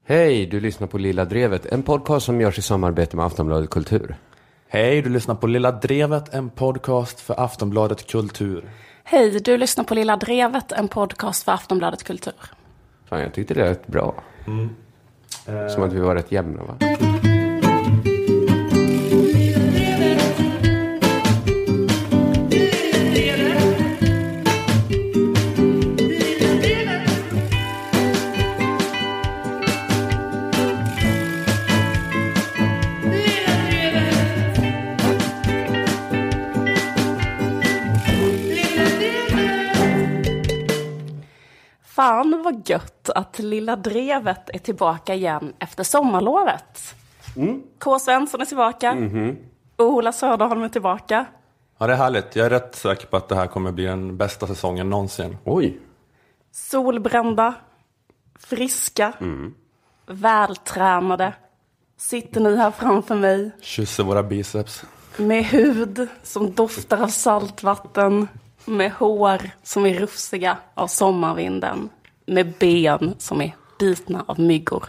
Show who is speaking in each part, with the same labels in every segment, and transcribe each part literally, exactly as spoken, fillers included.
Speaker 1: Hej, du lyssnar på Lilla Drevet, en podcast som görs i samarbete med Aftonbladet Kultur.
Speaker 2: Hej, du lyssnar på Lilla Drevet, en podcast för Aftonbladet Kultur.
Speaker 3: Hej, du lyssnar på Lilla Drevet, en podcast för Aftonbladet Kultur.
Speaker 1: Fan, jag tyckte det lät bra. Mm. Som att vi var rätt jämna, va?
Speaker 3: Fan vad gött att Lilla Drevet är tillbaka igen efter sommarlovet. Mm. K. Svensson är tillbaka. Mm-hmm. Ola Söderholm är tillbaka.
Speaker 2: Ja, det är härligt. Jag är rätt säker på att det här kommer bli den bästa säsongen någonsin.
Speaker 1: Oj.
Speaker 3: Solbrända, friska, mm. vältränade. Sitter ni här framför mig.
Speaker 2: Kysser våra biceps.
Speaker 3: Med hud som doftar av saltvatten. Med hår som är rufsiga av sommarvinden. Med ben som är bitna av myggor.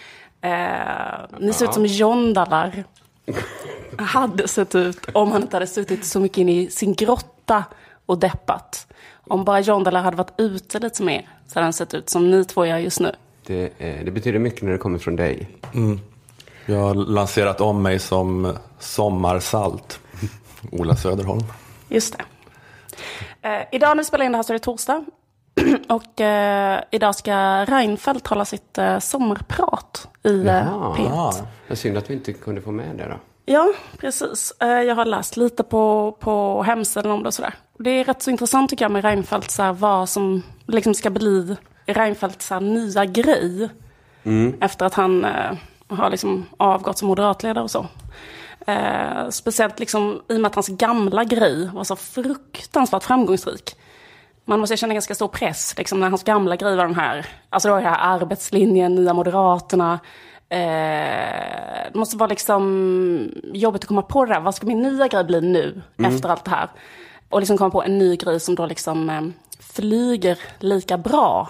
Speaker 3: Eh, ni ser ut som jondalar. Hade sett ut om han inte hade suttit så mycket in i sin grotta och deppat. Om bara jondalar hade varit ute lite mer så hade han sett ut som ni två gör just nu.
Speaker 1: Det, eh, det betyder mycket när det kommer från dig.
Speaker 2: Mm. Jag har lanserat om mig som sommarsalt. Ola Söderholm.
Speaker 3: Just det. Eh, idag när vi spelar in det här så är det torsdag. Och eh, idag ska Reinfeldt hålla sitt eh, sommarprat i eh, P ett.
Speaker 1: Det är synd att vi inte kunde få med det då.
Speaker 3: Ja, precis. Eh, jag har läst lite på, på hemsidan om det och sådär. Det är rätt så intressant tycker jag med Reinfeldt, så här, vad som liksom ska bli Reinfeldts nya grej. Mm. Efter att han eh, har liksom avgått som moderatledare och så. Eh, speciellt liksom, i och med att hans gamla grej var så fruktansvärt framgångsrik. Man måste känna ganska stor press liksom, när hans gamla grej var den här, alltså då är det här arbetslinjen, nya moderaterna. Eh, det måste vara liksom jobbigt att komma på det där. Vad ska min nya grej bli nu mm. efter allt det här? Och liksom komma på en ny grej som då liksom eh, flyger lika bra.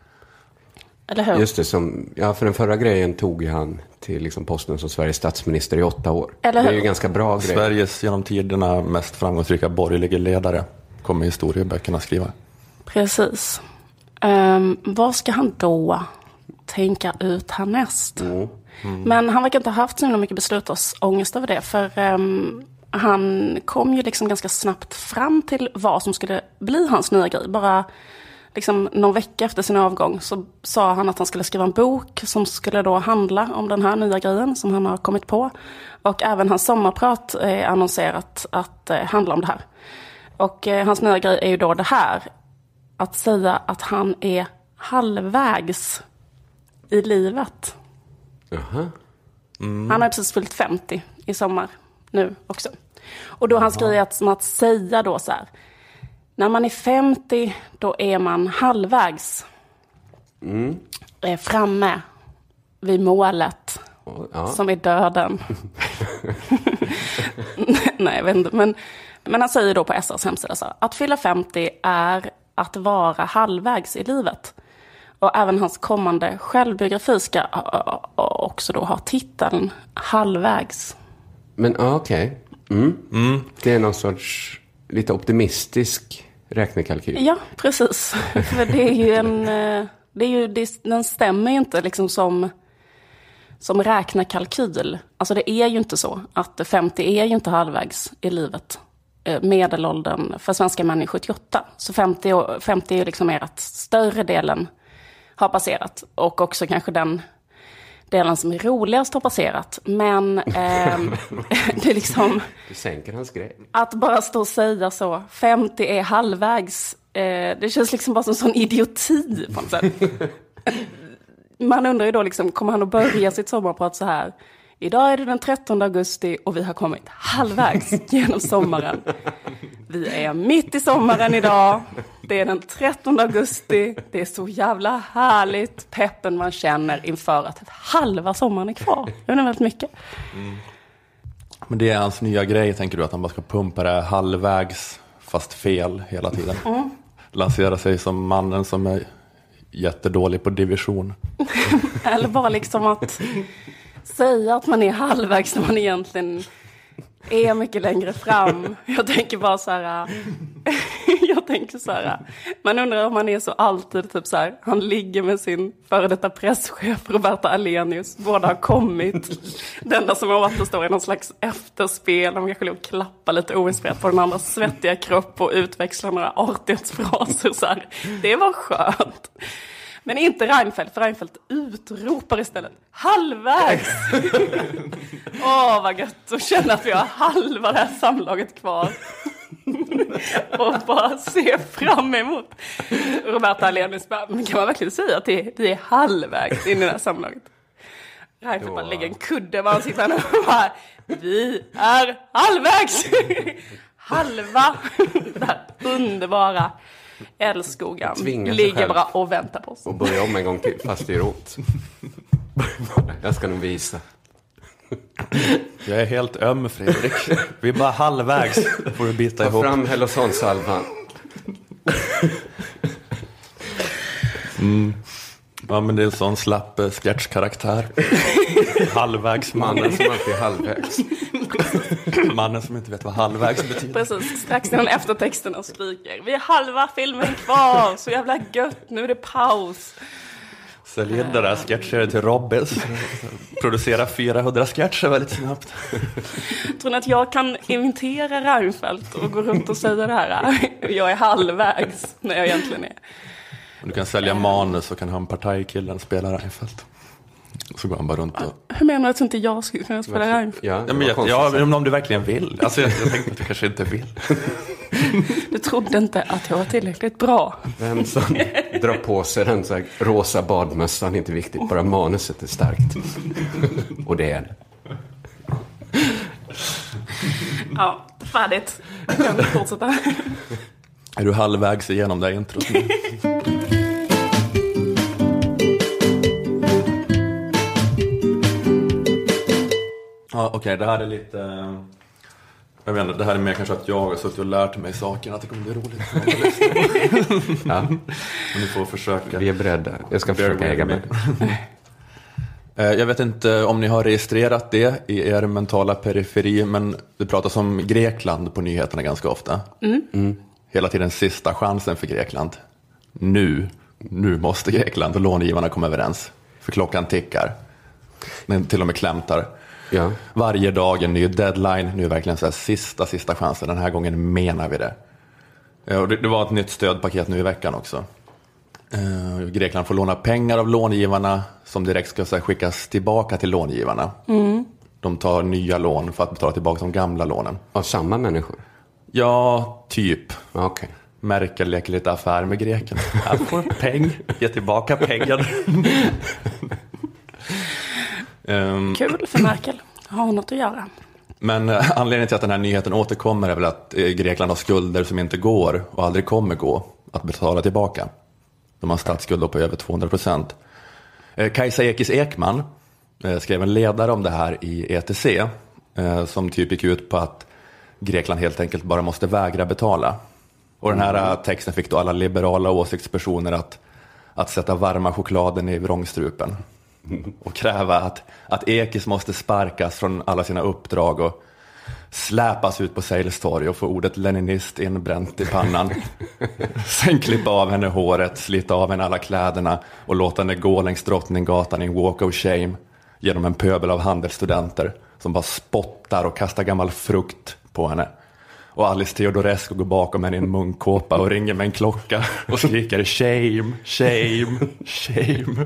Speaker 3: Eller hur?
Speaker 1: Just det, som, ja, för den förra grejen tog han till liksom posten som Sveriges statsminister i åtta år.
Speaker 3: Eller hur?
Speaker 1: Det är ju ganska bra grej.
Speaker 2: Sveriges genom tiderna mest framgångsrika borgerliga ledare kommer historieböckerna skriva.
Speaker 3: Precis. Um, vad ska han då tänka ut härnäst? Mm. Mm. Men han verkar inte ha haft så mycket beslutsångest över det. För um, han kom ju liksom ganska snabbt fram till vad som skulle bli hans nya grej. Bara liksom någon vecka efter sin avgång så sa han att han skulle skriva en bok som skulle då handla om den här nya grejen som han har kommit på. Och även hans sommarprat är annonserat att eh, handla om det här. Och eh, hans nya grej är ju då det här. Att säga att han är halvvägs i livet. Uh-huh. Mm. Han har precis fyllt femtio i sommar nu också. Och då uh-huh. hans grej är att, som att säga då så här. När man är femtio, då är man halvvägs mm. framme vid målet oh, ja. som är döden. Nej, jag vet inte. Men, men han säger då på S R:s hemsida så här, att fylla femtio är att vara halvvägs i livet. Och även hans kommande självbiografi ska också då ha titeln halvvägs.
Speaker 1: Men okej. Okay. Mm. Mm. Det är någon sorts lite optimistisk räknekalkyl.
Speaker 3: Ja, precis. För det är ju en... Det är ju, det, den stämmer ju inte liksom som, som räknekalkyl. Alltså det är ju inte så att femtio är ju inte halvvägs i livet. Medelåldern för svenska män är sjuttioåtta. Så femtio, femtio är ju liksom mer att större delen har passerat. Och också kanske den delen som är roligast har passerat. Men eh, det är liksom...
Speaker 1: Du sänker hans grej.
Speaker 3: Att bara stå och säga så. femtio är halvvägs. Eh, det känns liksom bara som en sån idioti på något sätt. Man undrar ju då liksom, kommer han att börja sitt sommarprat så här? Idag är det den trettonde augusti och vi har kommit halvvägs genom sommaren. Vi är mitt i sommaren idag. Det är den trettonde augusti. Det är så jävla härligt. Peppen man känner inför att halva sommaren är kvar. Det är väldigt mycket.
Speaker 2: Mm. Men det är hans nya grej, tänker du, att han bara ska pumpa det halvvägs fast fel hela tiden. Mm. Lansera sig som mannen som är jättedålig på division.
Speaker 3: Eller bara liksom att säga att man är halvvägs när man egentligen är mycket längre fram. Jag tänker bara så här. Jag tänker så här. Man undrar om man är så alltid typ så här. Han ligger med sin före detta presschef Roberta Alenius. Båda har kommit. Den enda som har varit och står i någon slags efterspel. De kanske och klappar lite oinspirerat på den andra svettiga kropp och utväxlar några artighetsfraser så här. Det var skönt. Men inte Reinfeldt, för Reinfeldt utropar istället halvvägs. Åh, vad gött att känna att vi har halva det här samlaget kvar. Och bara se fram emot Roberta Alenius. Men kan man verkligen säga att det är, det är halvvägs in i det här samlaget? Reinfeldt bara lägger en kudde med ansikten och bara, vi är halvvägs. Halva det här underbara älskogan ligger bara och väntar på oss.
Speaker 1: Och börja om en gång till, fast det är rot. Jag ska nog visa.
Speaker 2: Jag är helt öm, Fredrik. Vi är bara halvvägs. Får du bita
Speaker 1: Ta
Speaker 2: ihop.
Speaker 1: fram Hellosonsalvan.
Speaker 2: Mm. Ja, men det är en sån slapp uh, sketchkaraktär. Halvvägs
Speaker 1: mannen som alltid är halvvägs.
Speaker 2: Mannen som inte vet vad halvvägs betyder.
Speaker 3: Precis, strax när eftertexterna skriker. Vi är halva filmen kvar, så jävla gött, nu är det paus.
Speaker 2: Sälj in det där sketcher till Robbes. Producera fyrahundra sketcher väldigt snabbt.
Speaker 3: Tror ni att jag kan imitera Reinfeldt och gå runt och säga det här? Jag är halvvägs när jag egentligen är.
Speaker 2: Du kan sälja manus och kan ha en partajkillen spela Reinfeldt. Så går han bara runt och...
Speaker 3: Hur menar du att inte jag skulle kunna spela Reinfeldt?
Speaker 1: Ja,
Speaker 2: ja, men jag, ja, om du verkligen vill. Alltså jag, jag tänkte att du kanske inte vill.
Speaker 3: Du trodde inte att jag var tillräckligt bra.
Speaker 1: Vem som drar på sig den så här rosa badmössan är inte viktigt. Bara manuset är starkt. Och det är det.
Speaker 3: Ja, färdigt. Kan du fortsätta?
Speaker 2: Är du halvvägs igenom det här introt nu? Ja, okej, okay, det här är lite... Jag vet inte, det här är mer kanske att jag har suttit och lärt mig saker, att det kommer bli roligt.
Speaker 1: Ja.
Speaker 2: Men ni får försöka.
Speaker 1: Vi är beredda. Jag ska försöka äga mig.
Speaker 2: Jag vet inte om ni har registrerat det i er mentala periferi, men det pratas om Grekland på nyheterna ganska ofta.
Speaker 3: Mm.
Speaker 2: Mm. Hela tiden sista chansen för Grekland. Nu, nu måste Grekland och långivarna komma överens. För klockan tickar. Den till och med klämtar.
Speaker 1: Ja.
Speaker 2: Varje dag en ny deadline. Nu är verkligen så här sista, sista chansen. Den här gången menar vi det. Och det, det var ett nytt stödpaket nu i veckan också. Uh, Grekland får låna pengar av långivarna som direkt ska så här, skickas tillbaka till långivarna. Mm. De tar nya lån för att betala tillbaka de gamla lånen.
Speaker 1: Av samma människor?
Speaker 2: Ja, typ.
Speaker 1: Okej. Okay.
Speaker 2: Merkel leker lite affär med greken. Han får peng, ge tillbaka pengar. um,
Speaker 3: Kul för Merkel. Har hon något att göra?
Speaker 2: Men uh, anledningen till att den här nyheten återkommer är väl att uh, Grekland har skulder som inte går och aldrig kommer gå att betala tillbaka. De har statsskulder på över tvåhundra procent. Uh, Kajsa Ekis Ekman uh, skrev en ledare om det här i E T C uh, som typ gick ut på att Grekland helt enkelt bara måste vägra betala. Och den här uh, texten fick då alla liberala åsiktspersoner att, att sätta varma chokladen i vrångstrupen. Och kräva att, att Ekis måste sparkas från alla sina uppdrag och släpas ut på Sergels torg och få ordet leninist inbränt i pannan. Sen klippa av henne håret, slita av henne alla kläderna och låta henne gå längs Drottninggatan i en walk of shame genom en pöbel av handelsstudenter som bara spottar och kastar gammal frukt på henne. Och Alice Teodorescu går bakom henne i en munkkåpa och ringer med en klocka och skriker shame, shame, shame.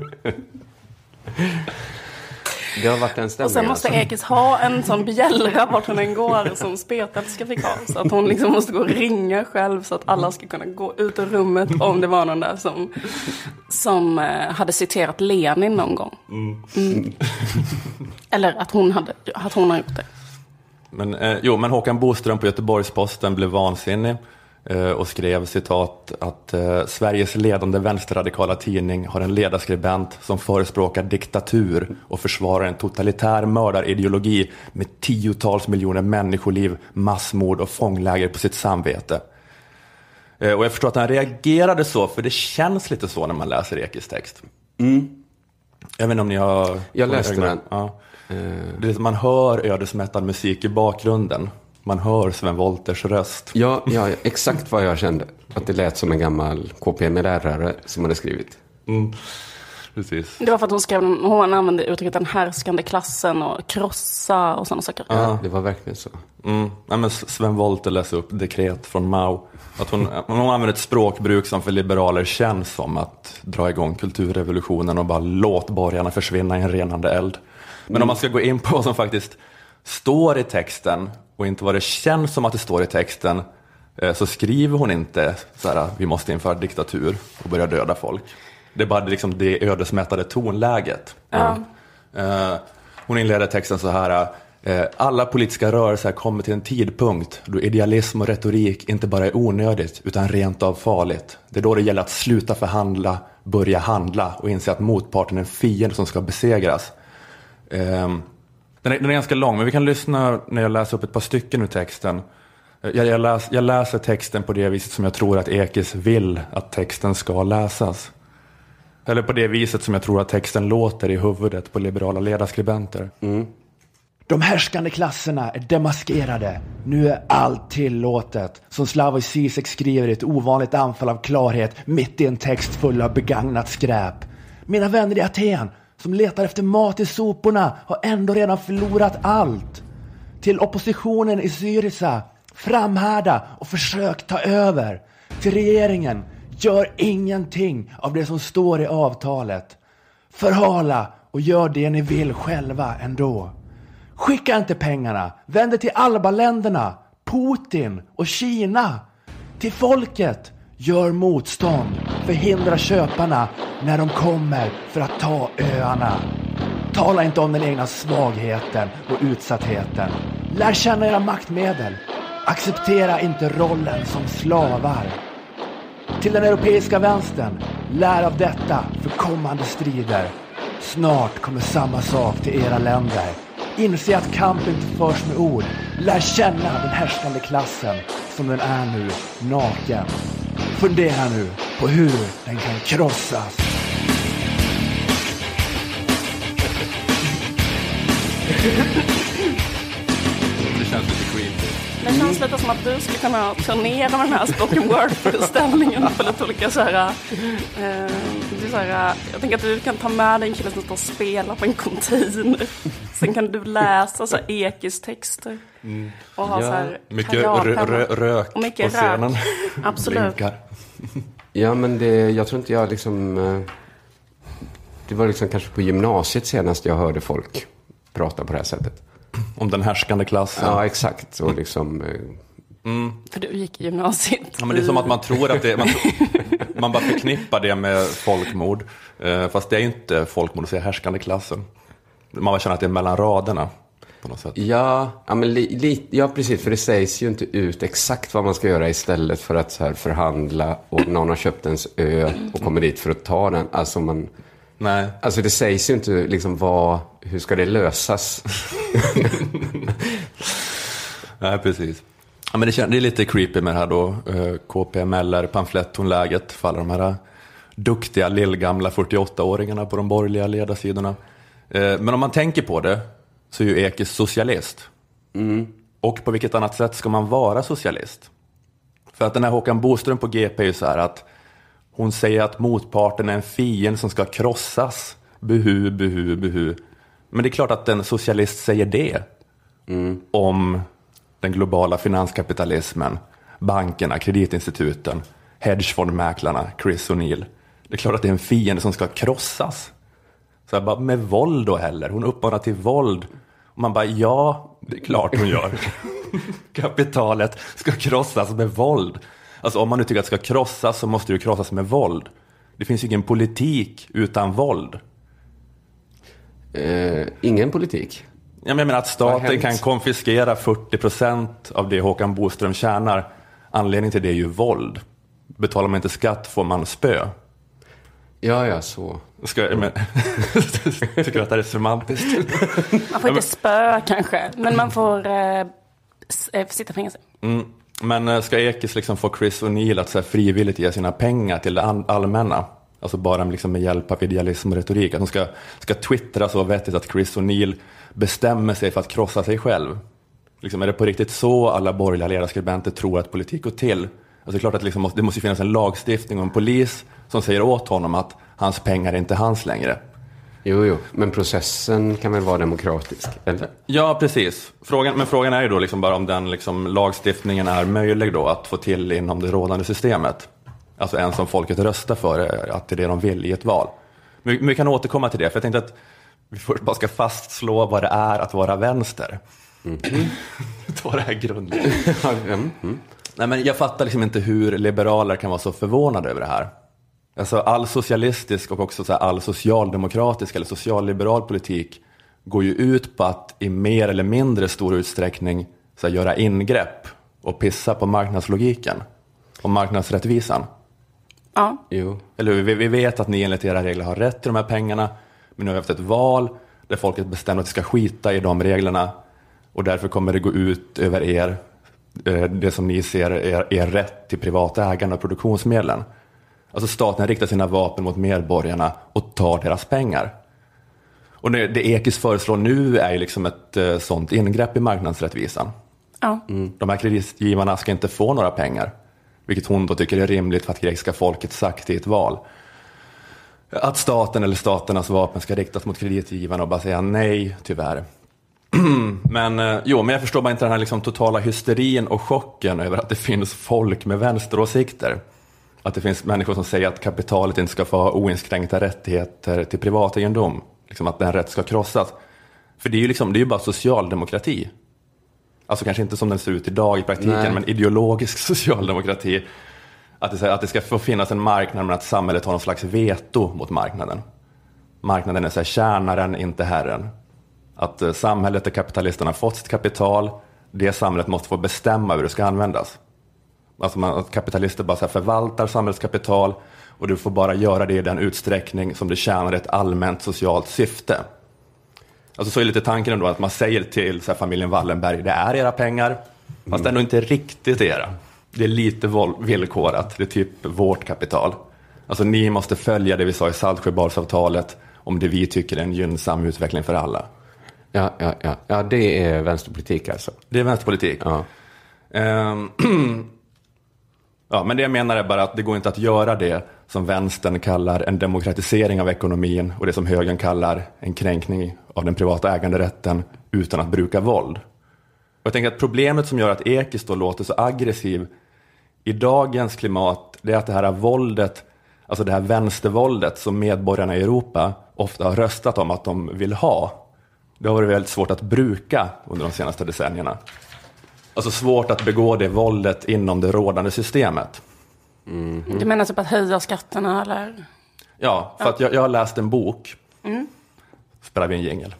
Speaker 1: Det har varit en stämning.
Speaker 3: Och sen måste
Speaker 1: alltså.
Speaker 3: Ekis ha en sån bjällra vart hon än går som spetälska fick ha. Så att hon liksom måste gå och ringa själv så att alla ska kunna gå ut ur rummet om det var någon där som, som eh, hade citerat Lenin någon gång. Mm. Eller att hon, hade, att hon har gjort det.
Speaker 2: Men, eh, jo, men Håkan Boström på Göteborgs-Posten blev vansinnig eh, och skrev citat att eh, Sveriges ledande vänsterradikala tidning har en ledarskribent som förespråkar diktatur och försvarar en totalitär mördarideologi med tiotals miljoner människoliv, massmord och fångläger på sitt samvete. Eh, och jag förstår att han reagerade så, för det känns lite så när man läser Ekis text.
Speaker 1: Mm.
Speaker 2: Jag vet inte om ni har...
Speaker 1: Jag läste den.
Speaker 2: Ja. Det är, man hör ödesmättad musik i bakgrunden. Man hör Sven Wolters röst.
Speaker 1: Ja, ja, exakt vad jag kände. Att det lät som en gammal K P M-lärare som hade skrivit.
Speaker 2: Mm. Precis.
Speaker 3: Det var för att hon skrev, hon använde uttrycket den härskande klassen och krossa och sådana saker.
Speaker 1: Ja, det var verkligen så.
Speaker 2: Mm. Ja, men Sven Wollter läste upp dekret från Mao. Att hon, hon använder ett språkbruk som för liberaler känns som att dra igång kulturrevolutionen och bara låt borgarna försvinna i en renande eld. Men mm. om man ska gå in på vad som faktiskt står i texten och inte vad det känns som att det står i texten, så skriver hon inte så här: vi måste införa diktatur och börja döda folk. Det är bara liksom det ödesmättade tonläget.
Speaker 3: Ja.
Speaker 2: Uh, hon inleder texten så här: uh, alla politiska rörelser kommer till en tidpunkt då idealism och retorik inte bara är onödigt utan rent av farligt. Det är då det gäller att sluta förhandla, börja handla och inse att motparten är en fiende som ska besegras. Uh, den, är, den är ganska lång, men vi kan lyssna när jag läser upp ett par stycken ur texten. Uh, jag, jag, läs, jag läser texten på det viset som jag tror att Ekis vill att texten ska läsas. Eller på det viset som jag tror att texten låter i huvudet på liberala ledarskribenter.
Speaker 1: Mm.
Speaker 4: De härskande klasserna är demaskerade. Nu är allt tillåtet. Som Slavoj Zizek skriver i ett ovanligt anfall av klarhet mitt i en text full av begagnat skräp. Mina vänner i Aten som letar efter mat i soporna har ändå redan förlorat allt. Till oppositionen i Syriza, framhärda och försök ta över. Till regeringen, gör ingenting av det som står i avtalet. Förhala och gör det ni vill själva ändå. Skicka inte pengarna. Vänd er till Alba-länderna, Putin och Kina. Till folket. Gör motstånd. Förhindra köparna när de kommer för att ta öarna. Tala inte om den egna svagheten och utsattheten. Lär känna era maktmedel. Acceptera inte rollen som slavar. Till den europeiska vänstern, lär av detta för kommande strider. Snart kommer samma sak till era länder. Inse att kamp inte förs med ord. Lär känna den härskande klassen som den är nu, naken. Fundera nu på hur den kan krossas.
Speaker 2: Det känns lite creepy.
Speaker 3: Det känns lite som att du skulle kunna turnera med den här spoken word-föreställningen på lite olika så här, eh, det är så här, jag tänker att du kan ta med dig en kille som står och spelar på en container. Sen kan du läsa så här Ekis texter. Mm. Och ha
Speaker 1: ja.
Speaker 3: så här
Speaker 2: mycket rö- rö- rök och mycket på scenen.
Speaker 3: Rök. Absolut.
Speaker 1: Ja, men det, jag tror inte jag liksom... Det var liksom kanske på gymnasiet senast jag hörde folk prata på det här sättet.
Speaker 2: Om den härskande klassen.
Speaker 1: Ja, exakt. Och liksom...
Speaker 2: Mm.
Speaker 3: För du gick i gymnasiet.
Speaker 2: Ja, men det är som att man tror att det... Man, man bara förknippar det med folkmord. Eh, fast det är inte folkmord att säga härskande klassen. Man bara känner att det är mellan raderna. På något sätt.
Speaker 1: Ja, ja, men li, li, ja, precis. För det sägs ju inte ut exakt vad man ska göra istället för att så här förhandla och någon har köpt ens ö och kommer dit för att ta den. Alltså, man,
Speaker 2: nej.
Speaker 1: Alltså det sägs ju inte liksom vad, hur ska det lösas?
Speaker 2: Nej, precis. Ja, men det, känns, det är lite creepy med det här då. K P M L R-pamflettonläget för alla de här duktiga, lillgamla fyrtioåtta-åringarna på de borgerliga ledarsidorna. Men om man tänker på det så är ju Ekis socialist.
Speaker 1: Mm.
Speaker 2: Och på vilket annat sätt ska man vara socialist? För att den här Håkan Boström på G P är ju så här att hon säger att motparten är en fiende som ska krossas. Buhu, buhu, buhu. Men det är klart att en socialist säger det.
Speaker 1: Mm.
Speaker 2: Om den globala finanskapitalismen, bankerna, kreditinstituten, hedgefondmäklarna, Chris O'Neill. Det är klart att det är en fiende som ska krossas. Så bara, med våld då heller. Hon uppmanar till våld. Och man bara, ja, det är klart hon gör. Kapitalet ska krossas med våld. Alltså om man nu tycker att det ska krossas så måste det krossas med våld. Det finns ju ingen politik utan våld.
Speaker 1: Eh, ingen politik?
Speaker 2: Jag menar att staten kan konfiskera fyrtio procent av det Håkan Boström tjänar. Anledningen till det är ju våld. Betalar man inte skatt får man spö.
Speaker 1: Ja, ja, så.
Speaker 2: Ska jag, men, tycker du att det är semantiskt?
Speaker 3: Man får inte spö kanske, men man får eh, sitta i fängelse.
Speaker 2: Mm. Men ska Ekis liksom få Chris O'Neill att så här frivilligt ge sina pengar till det allmänna? Alltså bara liksom med hjälp av idealism och retorik. Att de ska, ska twittra så vettigt att Chris O'Neill bestämmer sig för att krossa sig själv. Liksom, är det på riktigt så alla borgerliga ledarskribenter tror att politik går till? Alltså det är klart att liksom, det måste finnas en lagstiftning och en polis som säger åt honom att hans pengar är inte hans längre.
Speaker 1: Jo, jo, men processen kan väl vara demokratisk, eller?
Speaker 2: Ja, precis. Frågan, men frågan är ju då liksom bara om den liksom lagstiftningen är möjlig då att få till inom det rådande systemet. Alltså en som folket röstar för, att det är det de vill i ett val. Men, men vi kan återkomma till det, för jag tänkte att vi först bara ska fastslå vad det är att vara vänster. Mm. Ta det här grunden. mm. Mm. Nej, men jag fattar liksom inte hur liberaler kan vara så förvånade över det här. Alltså all socialistisk och också så här all socialdemokratisk eller socialliberal politik går ju ut på att i mer eller mindre stor utsträckning så här, göra ingrepp och pissa på marknadslogiken och marknadsrättvisan.
Speaker 3: Ja.
Speaker 2: Jo. Eller hur? Vi, vi vet att ni enligt era regler har rätt till de här pengarna, men nu har vi haft ett val där folket bestämmer att de ska skita i de reglerna och därför kommer det gå ut över er, det som ni ser är, är rätt till privat ägande och produktionsmedlen. Alltså staten riktar sina vapen mot medborgarna och tar deras pengar. Och det, det Ekis föreslår nu är ju liksom ett eh, sånt ingrepp i marknadsrättvisan.
Speaker 3: Ja.
Speaker 2: Mm. De här kreditgivarna ska inte få några pengar. Vilket hon då tycker är rimligt för att grekiska folket sagt i ett val. Att staten eller staternas vapen ska riktas mot kreditgivarna och bara säga nej, tyvärr. men, eh, jo, men jag förstår bara inte den här liksom totala hysterin och chocken över att det finns folk med vänsteråsikter. Att det finns människor som säger att kapitalet inte ska få ha oinskränkta rättigheter till privategendom. Liksom att den rätt ska krossas. För det är ju liksom, det är ju bara socialdemokrati. Alltså kanske inte som den ser ut idag i praktiken, Nej. men ideologisk socialdemokrati. Att det, att det ska få finnas en marknad, men att samhället har någon slags veto mot marknaden. Marknaden är så här, tjänaren, inte herren. Att uh, samhället där kapitalisterna har fått sitt kapital, det samhället måste få bestämma hur det ska användas. Alltså man, att kapitalister bara så här förvaltar samhällskapital och du får bara göra det i den utsträckning som det tjänar ett allmänt socialt syfte. Alltså så är lite tanken ändå att man säger till så här, familjen Wallenberg, det är era pengar, mm. fast det är ändå inte riktigt era. Det är lite villkorat, det är typ vårt kapital. Alltså ni måste följa det vi sa i Saltsjöbadsavtalet om det vi tycker är en gynnsam utveckling för alla.
Speaker 1: Ja, ja, ja. ja det är vänsterpolitik alltså.
Speaker 2: Det är vänsterpolitik.
Speaker 1: Ja.
Speaker 2: Um, Ja, men det jag menar är bara att det går inte att göra det som vänstern kallar en demokratisering av ekonomin och det som högern kallar en kränkning av den privata äganderätten utan att bruka våld. Och jag tänker att problemet som gör att Ekis då låter så aggressiv i dagens klimat, det är att det här våldet, alltså det här vänstervåldet som medborgarna i Europa ofta har röstat om att de vill ha, det har varit väldigt svårt att bruka under de senaste decennierna. Alltså svårt att begå det våldet inom det rådande systemet.
Speaker 3: Mm-hmm. Du menar typ att höja skatterna eller?
Speaker 2: Ja, för ja. att jag, jag har läst en bok. Mm. Spelar vi en jingel.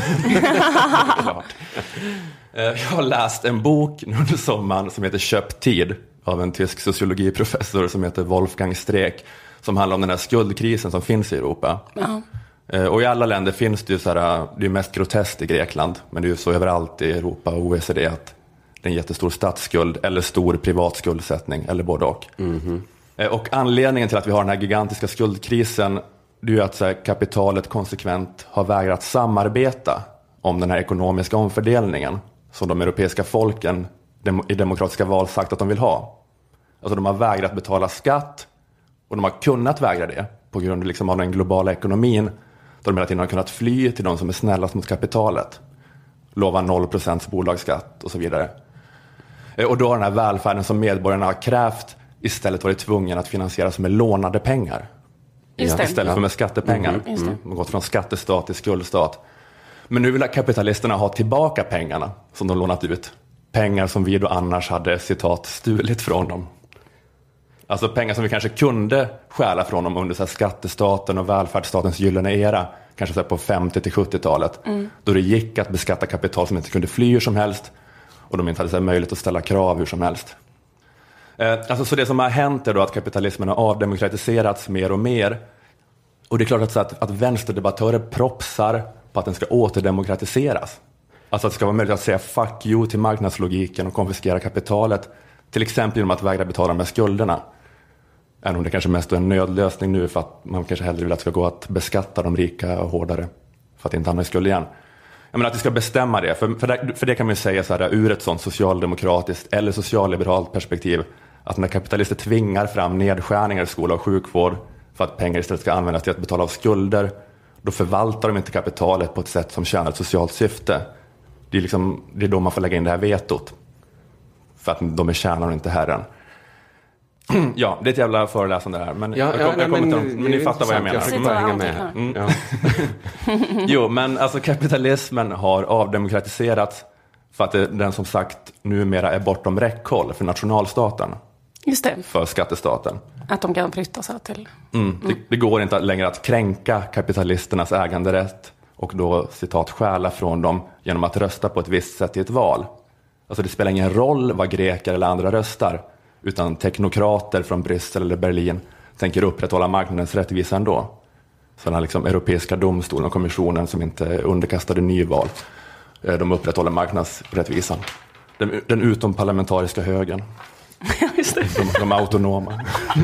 Speaker 2: Jag har läst en bok under sommaren som heter Köpt tid av en tysk sociologiprofessor som heter Wolfgang Streeck, som handlar om den här skuldkrisen som finns i Europa. Ja. Och i alla länder finns det ju så här, det är mest groteskt i Grekland, men det är ju så överallt i Europa och O E C D att det är en jättestor statsskuld eller stor privat skuldsättning eller både och. Mm-hmm. Och anledningen till att vi har den här gigantiska skuldkrisen, det är ju att så här, kapitalet konsekvent har vägrat samarbeta om den här ekonomiska omfördelningen som de europeiska folken i demokratiska val sagt att de vill ha. Alltså de har vägrat betala skatt och de har kunnat vägra det på grund liksom av den globala ekonomin, då de hela tiden har kunnat fly till de som är snällast mot kapitalet, lova noll procent bolagsskatt och så vidare. Och då har den här välfärden som medborgarna har krävt istället varit tvungen att finansieras med lånade pengar.
Speaker 3: Just
Speaker 2: istället för med skattepengar.
Speaker 3: Mm, mm.
Speaker 2: Man har gått från skattestat till skuldstat. Men nu vill kapitalisterna ha tillbaka pengarna som de lånat ut. Pengar som vi då annars hade, citat, stulit från dem. Alltså pengar som vi kanske kunde stjäla från dem under så här skattestaten och välfärdsstatens gyllene era. Kanske så här på femtio till sjuttiotalet. Mm. Då det gick att beskatta kapital som inte kunde fly hur som helst. Och de inte hade så här möjlighet att ställa krav hur som helst. Eh, alltså så det som har hänt är då att kapitalismen har avdemokratiserats mer och mer. Och det är klart att, så att, att vänsterdebattörer propsar på att den ska återdemokratiseras. Alltså att det ska vara möjligt att säga fuck you till marknadslogiken och konfiskera kapitalet. Till exempel genom att vägra betala med skulderna. Även om det kanske mest är en nödlösning nu för att man kanske hellre vill att det ska gå att beskatta de rika hårdare för att inte hamna i skuld igen. Jag menar att vi ska bestämma det. För, för, det, för det kan man ju säga så här, ur ett sånt socialdemokratiskt eller socialliberalt perspektiv, att när kapitalister tvingar fram nedskärningar i skola och sjukvård för att pengar istället ska användas till att betala av skulder, då förvaltar de inte kapitalet på ett sätt som tjänar ett socialt syfte. Det är, liksom, det är då man får lägga in det här vetot. För att de är tjänaren och inte herren. Ja, det är ett jävla föreläsande här. Men,
Speaker 1: ja,
Speaker 2: jag,
Speaker 1: ja,
Speaker 2: jag, jag
Speaker 1: men,
Speaker 2: men, men ni fattar vad jag menar.
Speaker 1: Jag försöker bara hänga med här. Mm. Ja.
Speaker 2: Jo, men alltså kapitalismen har avdemokratiserats för att det, den som sagt numera är bortom räckhåll för nationalstaten.
Speaker 3: Just det.
Speaker 2: För skattestaten.
Speaker 3: Att de kan flytta sig till.
Speaker 2: Mm. Mm. Det, det går inte längre att kränka kapitalisternas äganderätt och då citat stjäla från dem genom att rösta på ett visst sätt i ett val. Alltså det spelar ingen roll vad greker eller andra röstar, utan teknokrater från Bryssel eller Berlin tänker upprätthålla marknadens rättvisa ändå. Sådana liksom europeiska domstolen och kommissionen som inte är underkastade nyval, de upprätthåller marknadsrättvisan. Den, den utomparlamentariska högern.
Speaker 3: Just det.
Speaker 2: De, de autonoma.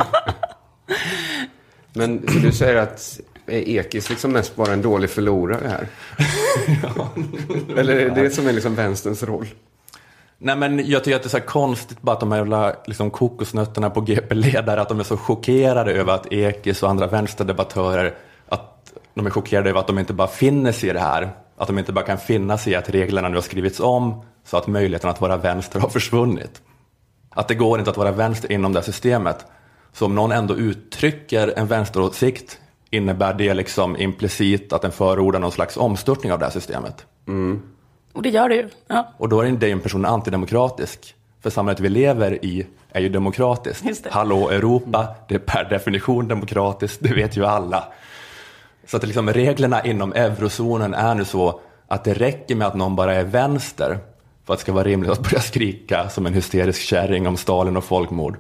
Speaker 1: Men så du säger att Ekis liksom mest bara en dålig förlorare här? Ja. Eller är det det som är liksom vänsterns roll?
Speaker 2: Nej, men jag tycker att det är så här konstigt bara att de här jävla liksom kokosnötterna på G P-ledare, att de är så chockerade över att Ekis och andra vänsterdebattörer, att de är chockerade över att de inte bara finner sig i det här. Att de inte bara kan finna sig i att reglerna nu har skrivits om så att möjligheten att vara vänster har försvunnit. Att det går inte att vara vänster inom det här systemet. Så om någon ändå uttrycker en vänsteråsikt, innebär det liksom implicit att den förordar någon slags omstörtning av det här systemet.
Speaker 1: Mm.
Speaker 3: Och det gör det ju. Ja.
Speaker 2: Och då är det en person antidemokratisk. För samhället vi lever i är ju demokratiskt. Hallå Europa, det är per definition demokratiskt, det vet ju alla. Så att liksom reglerna inom eurozonen är nu så att det räcker med att någon bara är vänster för att det ska vara rimligt att börja skrika som en hysterisk kärring om Stalin och folkmord.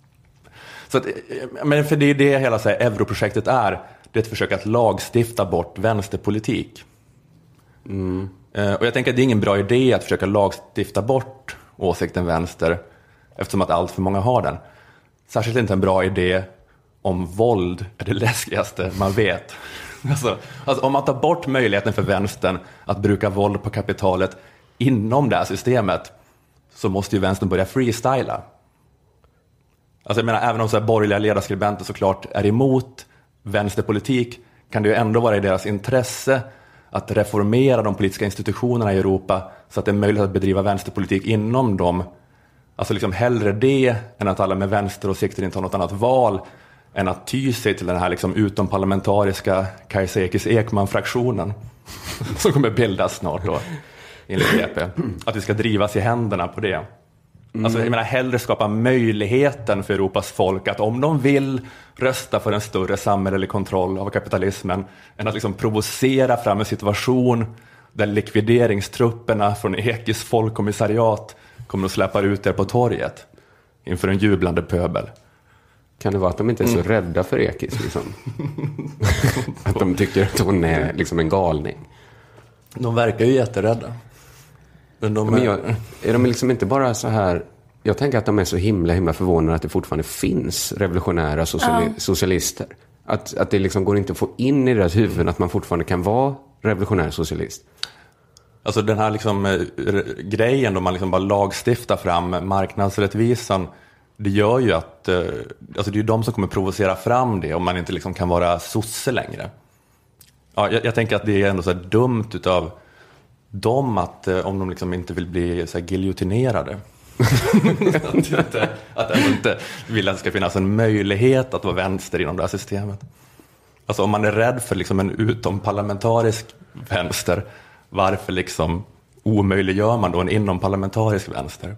Speaker 2: Så att, men för det är det hela så här, europrojektet är. Det är ett försök att lagstifta bort vänsterpolitik.
Speaker 1: Mm.
Speaker 2: Och jag tänker att det är ingen bra idé att försöka lagstifta bort åsikten vänster, eftersom att allt för många har den. Särskilt inte en bra idé om våld är det läskigaste man vet. Alltså, alltså om man tar bort möjligheten för vänstern att bruka våld på kapitalet inom det här systemet, så måste ju vänstern börja freestyla. Alltså jag menar, även om så här borgerliga ledarskribenter såklart är emot vänsterpolitik, kan det ju ändå vara i deras intresse att reformera de politiska institutionerna i Europa så att det är möjligt att bedriva vänsterpolitik inom dem. Alltså liksom hellre det än att alla med vänsteråsikter inte har något annat val än att ty sig till den här liksom utomparlamentariska Kajsa Ekis Ekman-fraktionen som kommer bildas snart då, enligt G P. Att vi ska drivas i händerna på det. Mm. Alltså jag menar, hellre skapa möjligheten för Europas folk att om de vill rösta för en större samhällelig kontroll av kapitalismen, än att liksom provocera fram en situation där likvideringstrupperna från Ekis folkkommissariat kommer att släppa ut er på torget inför en jublande pöbel.
Speaker 1: Kan det vara att de inte är så mm. rädda för Ekis liksom? Att de tycker att hon är liksom en galning?
Speaker 2: De verkar ju jätterädda. Men de är... Men jag,
Speaker 1: är de liksom inte bara så här... Jag tänker att de är så himla himla förvånade att det fortfarande finns revolutionära sociali- ja. socialister. Att, att det liksom går inte att få in i deras huvuden att man fortfarande kan vara revolutionär socialist.
Speaker 2: Alltså den här liksom, äh, grejen då man liksom bara lagstiftar fram marknadsrättvisan, det gör ju att äh, alltså det är ju de som kommer provocera fram det om man inte liksom kan vara sosse längre. Ja, jag, jag tänker att det är ändå så här dumt utav dem att äh, om de liksom inte vill bli så här giljotinerade. att, inte, att de inte vill att det ska finnas en möjlighet att vara vänster inom det här systemet. Alltså om man är rädd för liksom en utomparlamentarisk vänster, varför liksom omöjliggör man då en inomparlamentarisk vänster?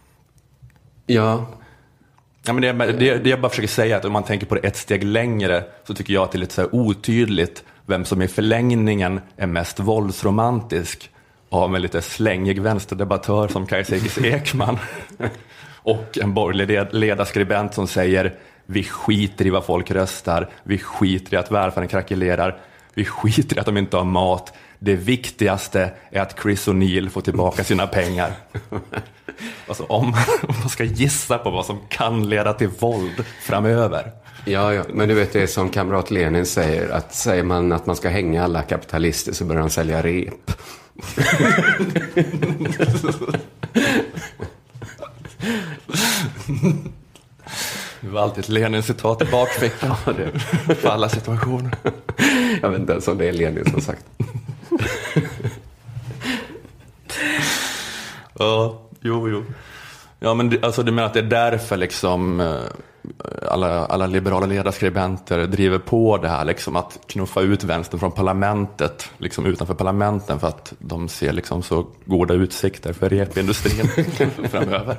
Speaker 1: Ja.
Speaker 2: Ja, men det, det, det jag bara försöker säga är att om man tänker på det ett steg längre, så tycker jag att det är lite så här otydligt vem som i förlängningen är mest våldsromantisk av en lite slängig vänsterdebattör som Kajsa Ekis Ekman och en borgerlig ledarskribent som säger vi skiter i vad folk röstar, vi skiter i att välfärden krackelerar, Vi skiter i att de inte har mat. Det viktigaste är att Chris O'Neill får tillbaka sina pengar. Alltså om man ska gissa på vad som kan leda till våld framöver.
Speaker 1: Ja, ja, men du vet det som kamrat Lenin säger, att säger man att man ska hänga alla kapitalister så börjar han sälja rep.
Speaker 2: Det var alltid ett Lenin-citat i bakfickan för alla situationer.
Speaker 1: Jag vet inte ens om det är Lenin som sagt.
Speaker 2: Ja, jo, jo. Ja, men det, alltså, du menar att det är därför liksom alla, alla liberala ledarskribenter driver på det här liksom, att knuffa ut vänstern från parlamentet, liksom utanför parlamenten, för att de ser liksom så goda utsikter för repindustrin framöver.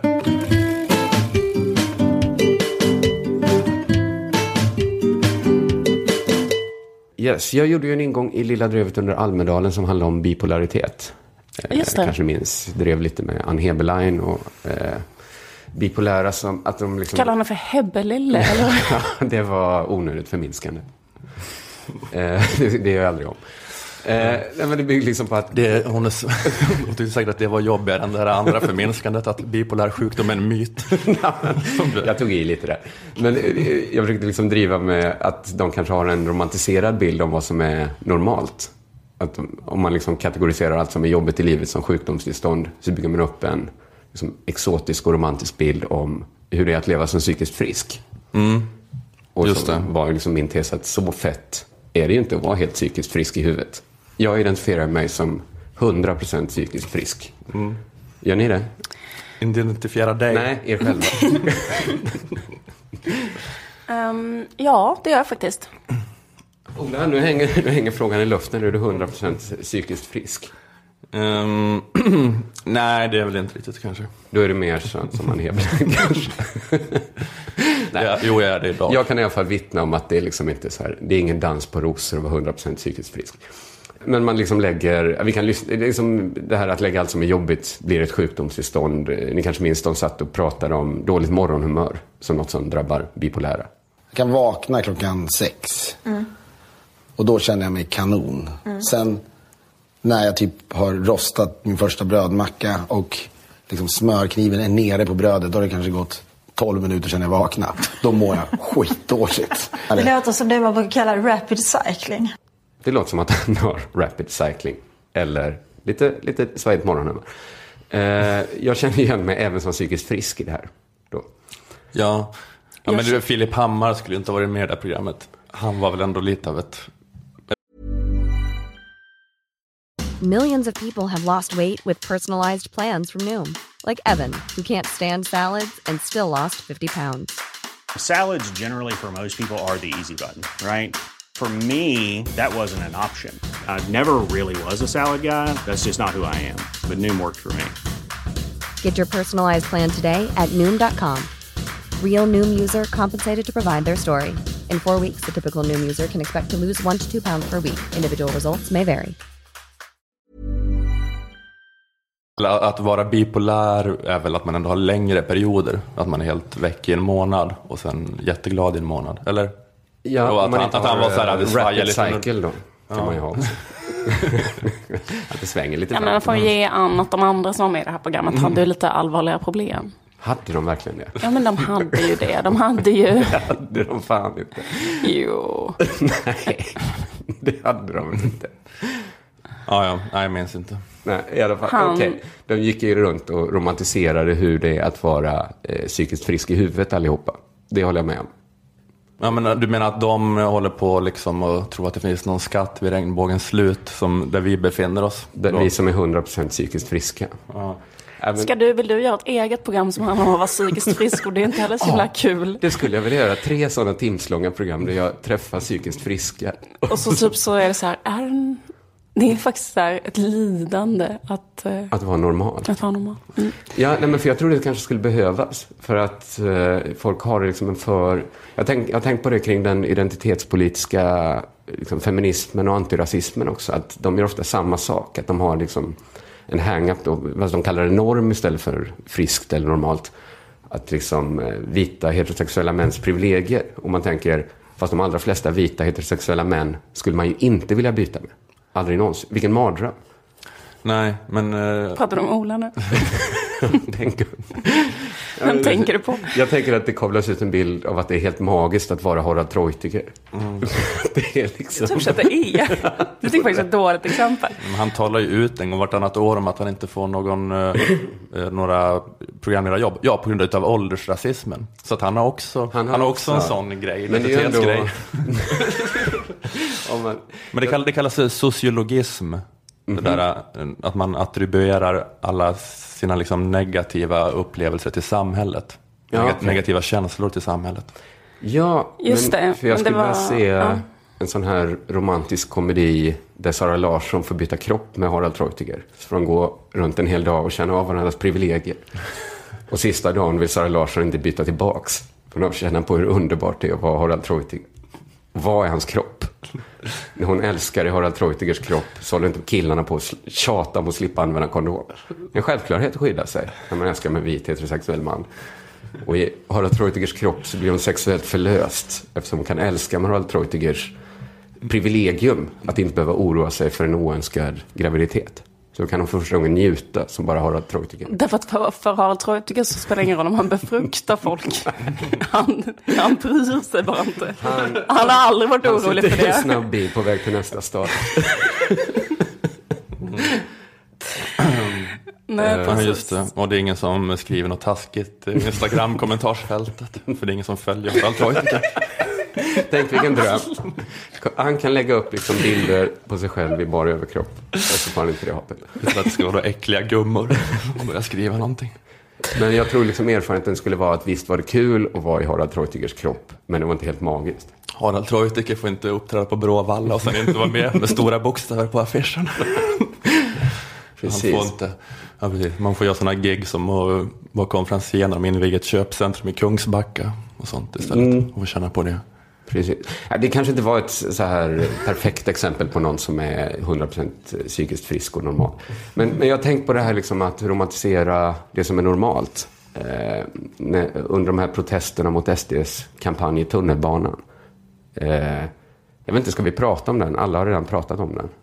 Speaker 1: Yes, jag gjorde ju en ingång i Lilla Drevet under Almedalen som handlade om bipolaritet.
Speaker 3: Just det.
Speaker 1: Eh, kanske minns, drev lite med Ann Heberlein och eh, bipolära som att de liksom...
Speaker 3: Kallar han för Hebbelille, eller?
Speaker 1: Ja, det var onödigt förminskande. eh, det, det gör jag aldrig om. Eh, men det bygger liksom på att...
Speaker 2: Det, hon är så, det är säkert att det var jobbigare än det här andra förminskandet, att bipolär sjukdom är en myt.
Speaker 1: Jag tog i lite där. Men jag försökte liksom driva med att de kanske har en romantiserad bild om vad som är normalt. Att om man liksom kategoriserar allt som är jobbigt i livet som sjukdomstillstånd, så bygger man upp en liksom exotisk och romantisk bild om hur det är att leva som psykiskt frisk.
Speaker 2: Mm.
Speaker 1: Och
Speaker 2: just
Speaker 1: så
Speaker 2: det.
Speaker 1: var liksom min tes att så fett är det ju inte att vara helt psykiskt frisk i huvudet. Jag identifierar mig som hundra procent psykiskt frisk.
Speaker 2: Mm.
Speaker 1: Gör ni det?
Speaker 2: Identifiera dig?
Speaker 1: Nej, er själva.
Speaker 3: um, ja, det gör jag faktiskt.
Speaker 1: Ola, nu hänger, nu hänger frågan i luften. Är du hundra procent psykiskt frisk?
Speaker 2: Um, nej, det är väl inte riktigt kanske.
Speaker 1: Då är det mer sånt som man heter kanske. Nej.
Speaker 2: Ja, jo, jag är det idag.
Speaker 1: Jag kan i alla fall vittna om att det är liksom inte så här. Det är ingen dans på rosor att vara hundra procent psykiskt frisk. Men man liksom lägger, vi kan lyssna, det, är liksom det här att lägga allt som är jobbigt blir ett sjukdomstillstånd. Ni kanske minns de satt och pratade om dåligt morgonhumör som något som drabbar bipolära.
Speaker 5: Jag kan vakna klockan sex. Mm. Och då känner jag mig kanon. Mm. Sen när jag typ har rostat min första brödmacka och liksom smörkniven är nere på brödet, då har det kanske gått tolv minuter sedan jag vaknade. Då mår jag skitdåligt.
Speaker 6: Det låter som det man brukar kalla rapid cycling.
Speaker 1: Det låter som att han har rapid cycling. Eller lite, lite svajigt morgonhumör. Eh, jag känner igen mig även som psykiskt frisk i det här. Då.
Speaker 2: Ja, ja men du, Filip Hammar skulle inte ha varit med i det här programmet. Han var väl ändå lite av ett...
Speaker 7: Millions of people have lost weight with personalized plans from Noom. Like Evan, who can't stand salads and still lost fifty pounds.
Speaker 8: Salads generally for most people are the easy button, right? For me, that wasn't an option. I never really was a salad guy. That's just not who I am. But Noom worked for me.
Speaker 7: Get your personalized plan today at Noom dot com. Real Noom user compensated to provide their story. In four weeks, the typical Noom user can expect to lose one to two pounds per week. Individual results may vary.
Speaker 2: Att vara bipolär är väl att man ändå har längre perioder. Att man är helt väck i en månad och sen jätteglad i en månad. Eller?
Speaker 1: Ja,
Speaker 2: och att,
Speaker 1: man
Speaker 2: han,
Speaker 1: inte
Speaker 2: att han var så här, det
Speaker 1: rapid
Speaker 2: lite
Speaker 1: cycle då. Kan
Speaker 2: ja.
Speaker 1: man ju ha också. Att det svänger lite.
Speaker 3: Ja, men man får ge an att de andra som var med i det här programmet mm. hade ju lite allvarliga problem.
Speaker 1: Hade de verkligen det?
Speaker 3: Ja, men de hade ju det. De hade ju...
Speaker 1: Det hade de fan inte.
Speaker 3: Jo.
Speaker 1: Nej, det hade de inte.
Speaker 2: Ja, ja. Nej, jag minns inte.
Speaker 1: Nej, i alla fall. Han... Okej. De gick ju runt och romantiserade hur det är att vara eh, psykiskt frisk i huvudet allihopa. Det håller jag med om.
Speaker 2: Ja, men du menar att de håller på liksom och tror att det finns någon skatt vid regnbågens slut som där vi befinner oss?
Speaker 1: Där vi som är hundra procent psykiskt friska.
Speaker 2: Ja.
Speaker 3: Även... Ska du, vill du göra ett eget program som handlar om att vara psykiskt frisk? Och det är inte heller så himla ja, kul.
Speaker 1: Det skulle jag vilja göra. Tre sådana timslånga program där jag träffar psykiskt friska.
Speaker 3: Och så typ så är det så här, är en... Det är faktiskt så här ett lidande att... Uh...
Speaker 1: Att vara normal.
Speaker 3: Att vara normal. Mm.
Speaker 1: Ja, nej, men för jag tror det kanske skulle behövas. För att uh, folk har liksom en för... Jag har tänkt, jag tänkt på det kring den identitetspolitiska liksom, feminismen och antirasismen också. Att de gör ofta samma sak. Att de har liksom en hang-up då, vad de kallar det norm istället för friskt eller normalt. Att liksom uh, vita heterosexuella mäns privilegier. Och man tänker, Fast de allra flesta vita heterosexuella män skulle man ju inte vilja byta med. Aldrig någonsin. Vilken mardröm.
Speaker 2: Nej, men... Uh...
Speaker 3: Pratar du om Ola nu?
Speaker 1: Tänker...
Speaker 3: Vem tänker du på?
Speaker 1: Jag tänker att det kablas ut en bild av att det är helt magiskt att vara Harald Treutiger. Mm. Det är liksom...
Speaker 3: Jag tror att det är. Det tycker faktiskt ett dåligt exempel.
Speaker 2: Men han talar ju ut en gång vartannat år om att han inte får någon, eh, några programledarjobb. Ja, på grund av åldersrasismen. Så att han har också, han har, han har också en sån grej.
Speaker 1: Men det är ändå...
Speaker 2: grej.
Speaker 1: oh, man...
Speaker 2: Men det kallas, det kallas sociologism. Mm-hmm. Det där, att man attribuerar alla sina liksom negativa upplevelser till samhället.
Speaker 1: Ja,
Speaker 2: Neg-
Speaker 1: okay.
Speaker 2: Negativa känslor till samhället.
Speaker 1: Ja,
Speaker 3: just
Speaker 1: men,
Speaker 3: det.
Speaker 1: För jag
Speaker 3: men
Speaker 1: skulle
Speaker 3: det var...
Speaker 1: vilja se
Speaker 3: ja.
Speaker 1: en sån här romantisk komedi där Sara Larsson får byta kropp med Harald Treutiger. Så får de gå runt en hel dag och känna av varandras privilegier. Och sista dagen vill Sara Larsson inte byta tillbaks. För de känner på hur underbart det är att vara Harald Treutiger. Vad är hans kropp? När hon älskar i Harald Treutigers kropp så håller inte killarna på att tjata om att slippa använda kondom. En självklarhet att skydda sig när man älskar med vit heterosexuell man. Och i Harald Treutigers kropp så blir hon sexuellt förlöst eftersom hon kan älska med Harald Treutigers privilegium att inte behöva oroa sig för en oönskad graviditet. Så kan hon för första gången njuta som bara Harald Treutiger.
Speaker 3: Därför att för, för Harald Treutiger så spelar det ingen roll om han befruktar folk. Han, han bryr sig bara inte. Han, han har aldrig varit orolig för det.
Speaker 1: Han sitter en snabb bil på väg till nästa stad.
Speaker 3: Nej,
Speaker 2: ja, just det. Och det är ingen som skriver något taskigt i Instagram-kommentarsfältet. För det är ingen som följer Harald Treutiger.
Speaker 1: Tänk vilken dröm. Han kan lägga upp liksom bilder på sig själv i bara överkropp. Och så får han inte det hatet.
Speaker 2: Så att det ska vara äckliga gummor och börja skriva någonting.
Speaker 1: Men jag tror liksom erfarenheten skulle vara att visst var det kul att vara i Harald Treutigers kropp. Men det var inte helt magiskt.
Speaker 2: Harald Treutiger får inte uppträda på Bråvalla och sen inte vara med med stora bokstäver på affischen.
Speaker 1: Precis.
Speaker 2: Han får inte, ja, precis. Man får göra sådana gig som att vara konferencier när de inviger ett köpcentrum i Kungsbacka och sånt istället. Mm. Och få känna på det.
Speaker 1: Precis. Ja, det kanske inte var ett så här perfekt exempel på någon som är hundra procent psykiskt frisk och normal. Men, men jag har tänkt på det här liksom att romantisera det som är normalt. Eh, när, under de här protesterna mot S D:s kampanj i tunnelbanan. Eh, jag vet inte, ska vi prata om den? Alla har redan pratat om den.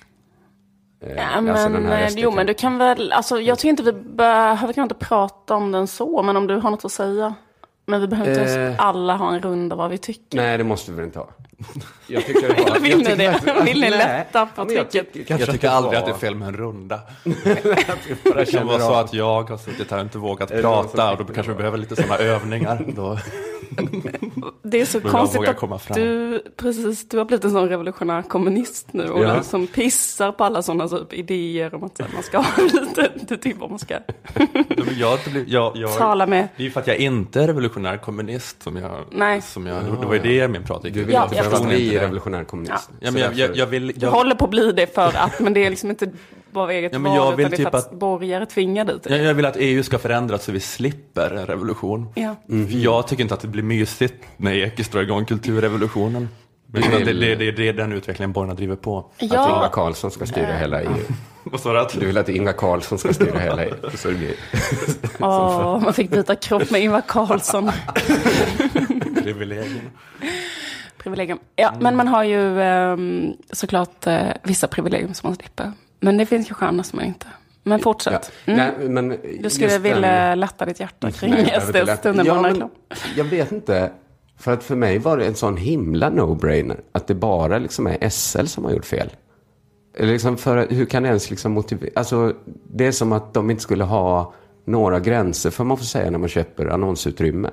Speaker 3: Ja, alltså men, den här jo, men du kan väl, alltså, jag tycker inte vi behöver kan inte prata om den så, men om du har något att säga. Men vi behöver inte eh, alla ha en runda vad vi tycker.
Speaker 1: Nej, det måste vi väl inte ha. Jag tycker det var,
Speaker 3: vill ni det? Vill ni lätta på trycket?
Speaker 2: Jag, tyck, jag tycker aldrig att det är fel med en runda. Det kan vara så att jag har suttit här och inte vågat prata. Och då kanske vi behöver lite sådana övningar. Då.
Speaker 3: Det är så konstigt att du, precis, du har blivit en sån revolutionär kommunist nu. Och ja. Som pissar på alla sådana typ, idéer om att man ska ha lite, lite typ vad man ska
Speaker 2: men jag, jag, jag,
Speaker 3: tala med.
Speaker 2: Det är för att jag inte är revolutionär kommunist som jag,
Speaker 3: Nej.
Speaker 2: Som jag, det var ju det min prat gick.
Speaker 1: Du vill
Speaker 3: ja,
Speaker 1: inte förstå bli revolutionär kommunist.
Speaker 2: Ja. Ja, men jag, jag, jag vill, jag...
Speaker 3: Du håller på att bli det för att, men det är liksom inte bara eget
Speaker 2: ja,
Speaker 3: val,
Speaker 2: jag
Speaker 3: utan
Speaker 2: vill
Speaker 3: det är
Speaker 2: typ
Speaker 3: för att, att borgare tvingar dit.
Speaker 2: Jag, jag vill att E U ska förändras så vi slipper en revolution.
Speaker 3: Ja.
Speaker 2: Mm. Jag tycker inte att det blir mysigt när Ekis drar igång kulturrevolutionen. Men det, det, det, det är den utvecklingen borgarna driver på.
Speaker 3: Ja.
Speaker 1: Att Ingvar Carlsson ska styra Nej. hela E U.
Speaker 2: Vad sa du att?
Speaker 1: Du vill att Ingvar Carlsson ska styra hela E U. Så det blir...
Speaker 3: Åh, man fick byta kropp med Ingvar Carlsson.
Speaker 2: Privilegium.
Speaker 3: Privilegium. Ja, mm. men man har ju eh, såklart eh, vissa privilegium som man slipper. Men det finns ju stjärnor som man inte. Men fortsätt.
Speaker 1: Ja.
Speaker 3: Mm.
Speaker 1: Nej, men
Speaker 3: du skulle vilja den... lätta ditt hjärta kring S D:s tunnelbanereklam.
Speaker 1: Ja, jag vet inte. För att för mig var det en sån himla no-brainer. Att det bara liksom är S L som har gjort fel. Liksom för, hur kan det ens liksom motivera? Alltså, det är som att de inte skulle ha några gränser för man får säga när man köper annonsutrymme.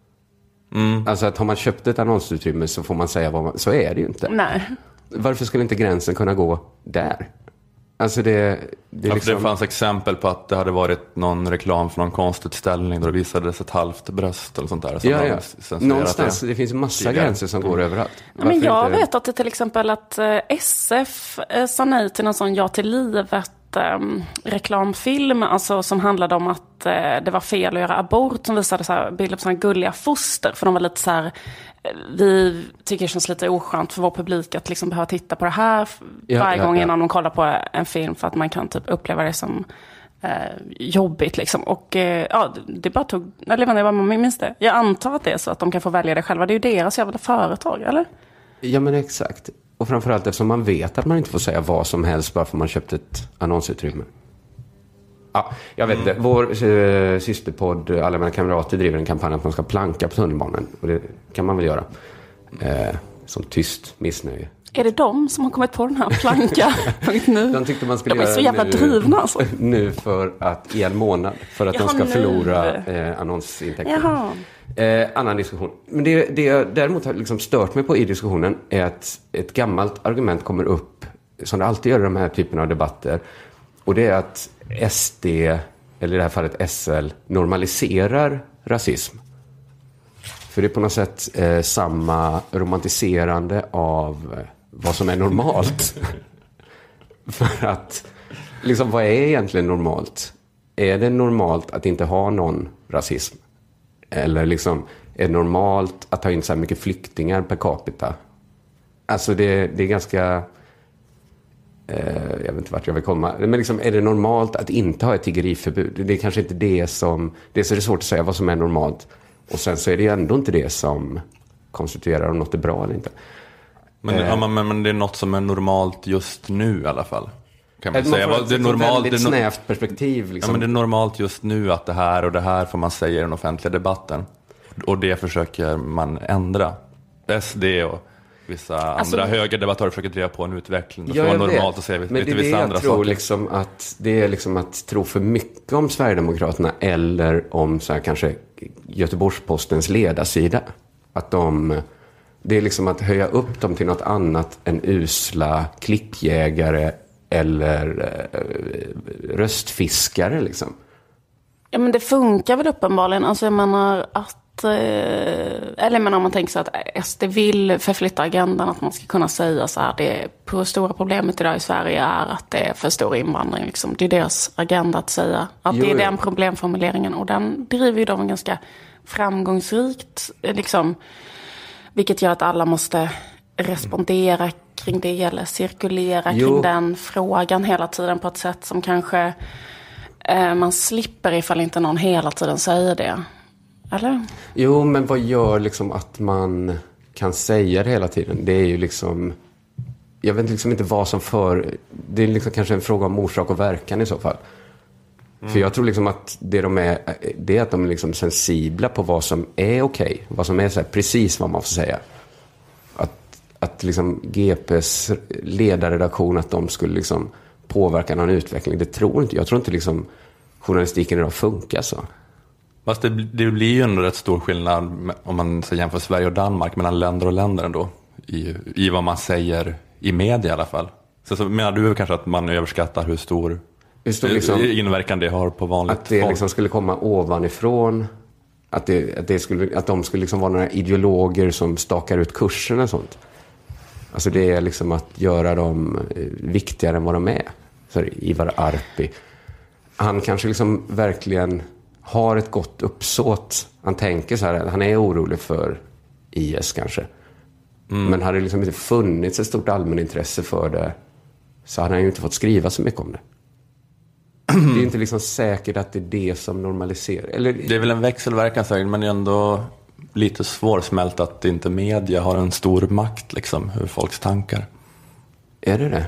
Speaker 1: Mm. Alltså att har man köpt ett annonsutrymme så får man säga vad man... Så är det ju inte.
Speaker 3: Nej.
Speaker 1: Varför skulle inte gränsen kunna gå där? Alltså det... Det,
Speaker 2: ja,
Speaker 1: liksom...
Speaker 2: det fanns exempel på att det hade varit någon reklam för någon konstutställning då det visades ett halvt bröst eller sånt där.
Speaker 1: Ja, ja. Någonstans, det. det finns massa
Speaker 2: Tidigare.
Speaker 1: gränser som går överallt.
Speaker 3: Ja, men jag inte... vet att det till exempel att eh, S F eh, sa nej till en sån Ja till livet eh, reklamfilm, alltså som handlade om att eh, det var fel att göra abort, som visade så här, bilder på såna gulliga foster, för de var lite så här, eh, vi tycker det känns lite oskönt för vår publik att liksom behöva titta på det här ja, varje ja, gång ja. innan de kollar på en film, för att man kan typ uppleva det som eh, jobbigt liksom. Och eh, ja, det bara tog, eller jag vet inte vad man minns det. Jag antar att det är så att de kan få välja det själva. Det är ju deras jävla företag, eller?
Speaker 1: Ja, men exakt. Och framförallt eftersom man vet att man inte får säga vad som helst bara för man köpt ett annonsutrymme. Ja, jag vet inte. Vår eh, systerpodd Alla mina kamrater driver en kampanj att man ska planka på tunnelbanan. Och det kan man väl göra. Eh, som tyst missnöje.
Speaker 3: Är det de som har kommit på den här planka? nu?
Speaker 1: De tyckte man skulle
Speaker 3: de är
Speaker 1: göra
Speaker 3: så jävla
Speaker 1: nu,
Speaker 3: drivna alltså.
Speaker 1: Nu för att i en månad. För att Jaha, de ska nu. förlora eh, annonsintäkter.
Speaker 3: Jaha.
Speaker 1: Eh, annan diskussion. Men det, det jag däremot har liksom stört mig på i diskussionen är att ett gammalt argument kommer upp som det alltid gör i de här typerna av debatter. Och det är att S D, eller i det här fallet S L, normaliserar rasism. För det är på något sätt eh, samma romantiserande av eh, vad som är normalt. För att, liksom, vad är egentligen normalt? Är det normalt att inte ha någon rasism? Eller liksom, är det normalt att ta in så här mycket flyktingar per capita? Alltså det, det är ganska... Eh, jag vet inte vart jag vill komma. Men liksom, är det normalt att inte ha ett tiggeriförbud? Det är kanske inte det som... Det är så det är svårt att säga vad som är normalt. Och sen så är det ju ändå inte det som konstituerar om något är bra eller inte.
Speaker 2: Men, eh, ja, men, men det är något som är normalt just nu i alla fall. Kan man
Speaker 1: man
Speaker 2: säga.
Speaker 1: Får
Speaker 2: det är normalt,
Speaker 1: väldigt
Speaker 2: det är no-
Speaker 1: snävt perspektiv. Liksom.
Speaker 2: Ja, men det är normalt just nu att det här och det här får man säga i den offentliga debatten. Och det försöker man ändra. S D och vissa alltså, andra högerdebattörer försöker driva på en utveckling. Det
Speaker 1: ja,
Speaker 2: får normalt att säga
Speaker 1: men
Speaker 2: lite
Speaker 1: det
Speaker 2: vissa
Speaker 1: jag
Speaker 2: andra
Speaker 1: tror
Speaker 2: saker.
Speaker 1: Liksom att det är liksom att tro för mycket om Sverigedemokraterna eller om så här, kanske Göteborgs-Postens ledarsida. Att de, det är liksom att höja upp dem till något annat än usla klippjägare eller eh, röstfiskare liksom.
Speaker 3: Ja, men det funkar väl uppenbarligen. Alltså jag menar att, eh, eller men om man tänker så att S D vill förflytta agendan, att man ska kunna säga så här, det på stora problemet idag i Sverige är att det är för stor invandring liksom. Det är deras agenda att säga att jo, det är den problemformuleringen, och den driver ju de ganska framgångsrikt liksom, vilket gör att alla måste respondera kring det eller cirkulera jo. kring den frågan hela tiden på ett sätt som kanske eh, man slipper ifall inte någon hela tiden säger det. Eller?
Speaker 1: Jo, men vad gör liksom att man kan säga det hela tiden? Det är ju liksom, jag vet liksom inte vad som för, det är liksom kanske en fråga om orsak och verkan i så fall. Mm. För jag tror liksom att det de är, det är att de är liksom sensibla på vad som är okej. Vad som är så här, precis vad man får säga. Att, att liksom G P:s ledarredaktion, att de skulle liksom påverka någon utveckling. Det tror inte, jag tror inte liksom journalistiken idag funkar så.
Speaker 2: Fast det, det blir ju en rätt stor skillnad om man så jämför Sverige och Danmark mellan länder och länder ändå. I, i vad man säger i media i alla fall. Så, så menar du kanske att man överskattar hur stor liksom, inverkan det har på vanligt
Speaker 1: att det
Speaker 2: folk?
Speaker 1: Liksom skulle komma ovanifrån, att, det, att, det skulle, att de skulle liksom vara några ideologer som stakar ut kursen och sånt. Alltså det är liksom att göra dem viktigare än vad de är. Så Ivar Arpi, han kanske liksom verkligen har ett gott uppsåt. Han tänker så här, han är orolig för I S kanske. Mm. Men hade det liksom inte funnits ett stort allmänintresse för det, så hade han ju inte fått skriva så mycket om det. Det är inte liksom säkert att det är det som normaliserar. Eller...
Speaker 2: Det är väl en växelverkan säkert, men ändå lite svårsmält att inte media har en stor makt liksom, över folks tankar.
Speaker 1: Är det det?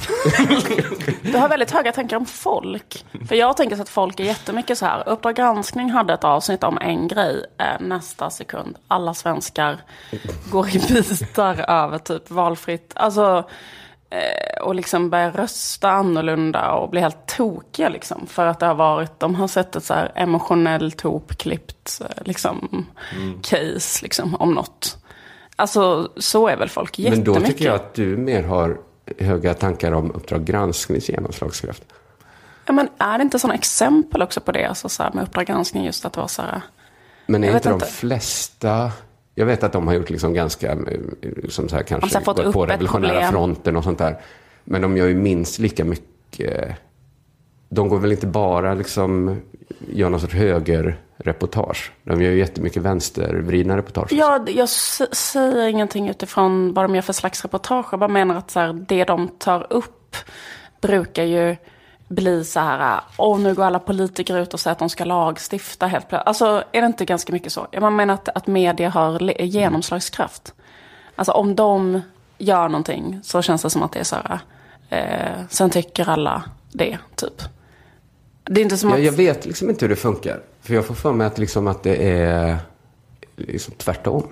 Speaker 3: Du har väldigt höga tankar om folk. För jag tänker så att folk är jättemycket så här. Uppdrag granskning hade ett avsnitt om en grej. Nästa sekund, alla svenskar går i bitar över typ valfritt. Alltså, och liksom börjar rösta annorlunda och blir helt tokiga liksom. För att det har varit, de har sett ett så här emotionellt hopklippt liksom, mm. case liksom, om något. Alltså, så är väl folk jättemycket.
Speaker 1: Men då tycker jag att du mer har höga tankar om Uppdrag gransknings genomslagskraft.
Speaker 3: Ja, men är det inte sådana exempel också på det? Alltså så här med Uppdrag granskning, just att det var så här...
Speaker 1: Men är inte de inte. flesta... Jag vet att de har gjort liksom ganska... Som så här, kanske gått på revolutionära problem. Fronten och sånt där. Men de gör ju minst lika mycket... De går väl inte bara liksom... Gör någon sorts högerreportage. De gör ju jättemycket vänstervridna reportage.
Speaker 3: Ja, jag s- säger ingenting utifrån vad de gör för slags reportage. Jag bara menar att så här, det de tar upp brukar ju bli så här, åh nu går alla politiker ut och säger att de ska lagstifta helt plötsligt. Alltså är det inte ganska mycket så? Jag menar att, att media har genomslagskraft. Alltså om de gör någonting så känns det som att det är så här, eh, sen tycker alla det, typ. Det är inte som
Speaker 1: ja,
Speaker 3: att...
Speaker 1: Jag vet liksom inte hur det funkar. För jag får för mig att, liksom att det är liksom tvärtom.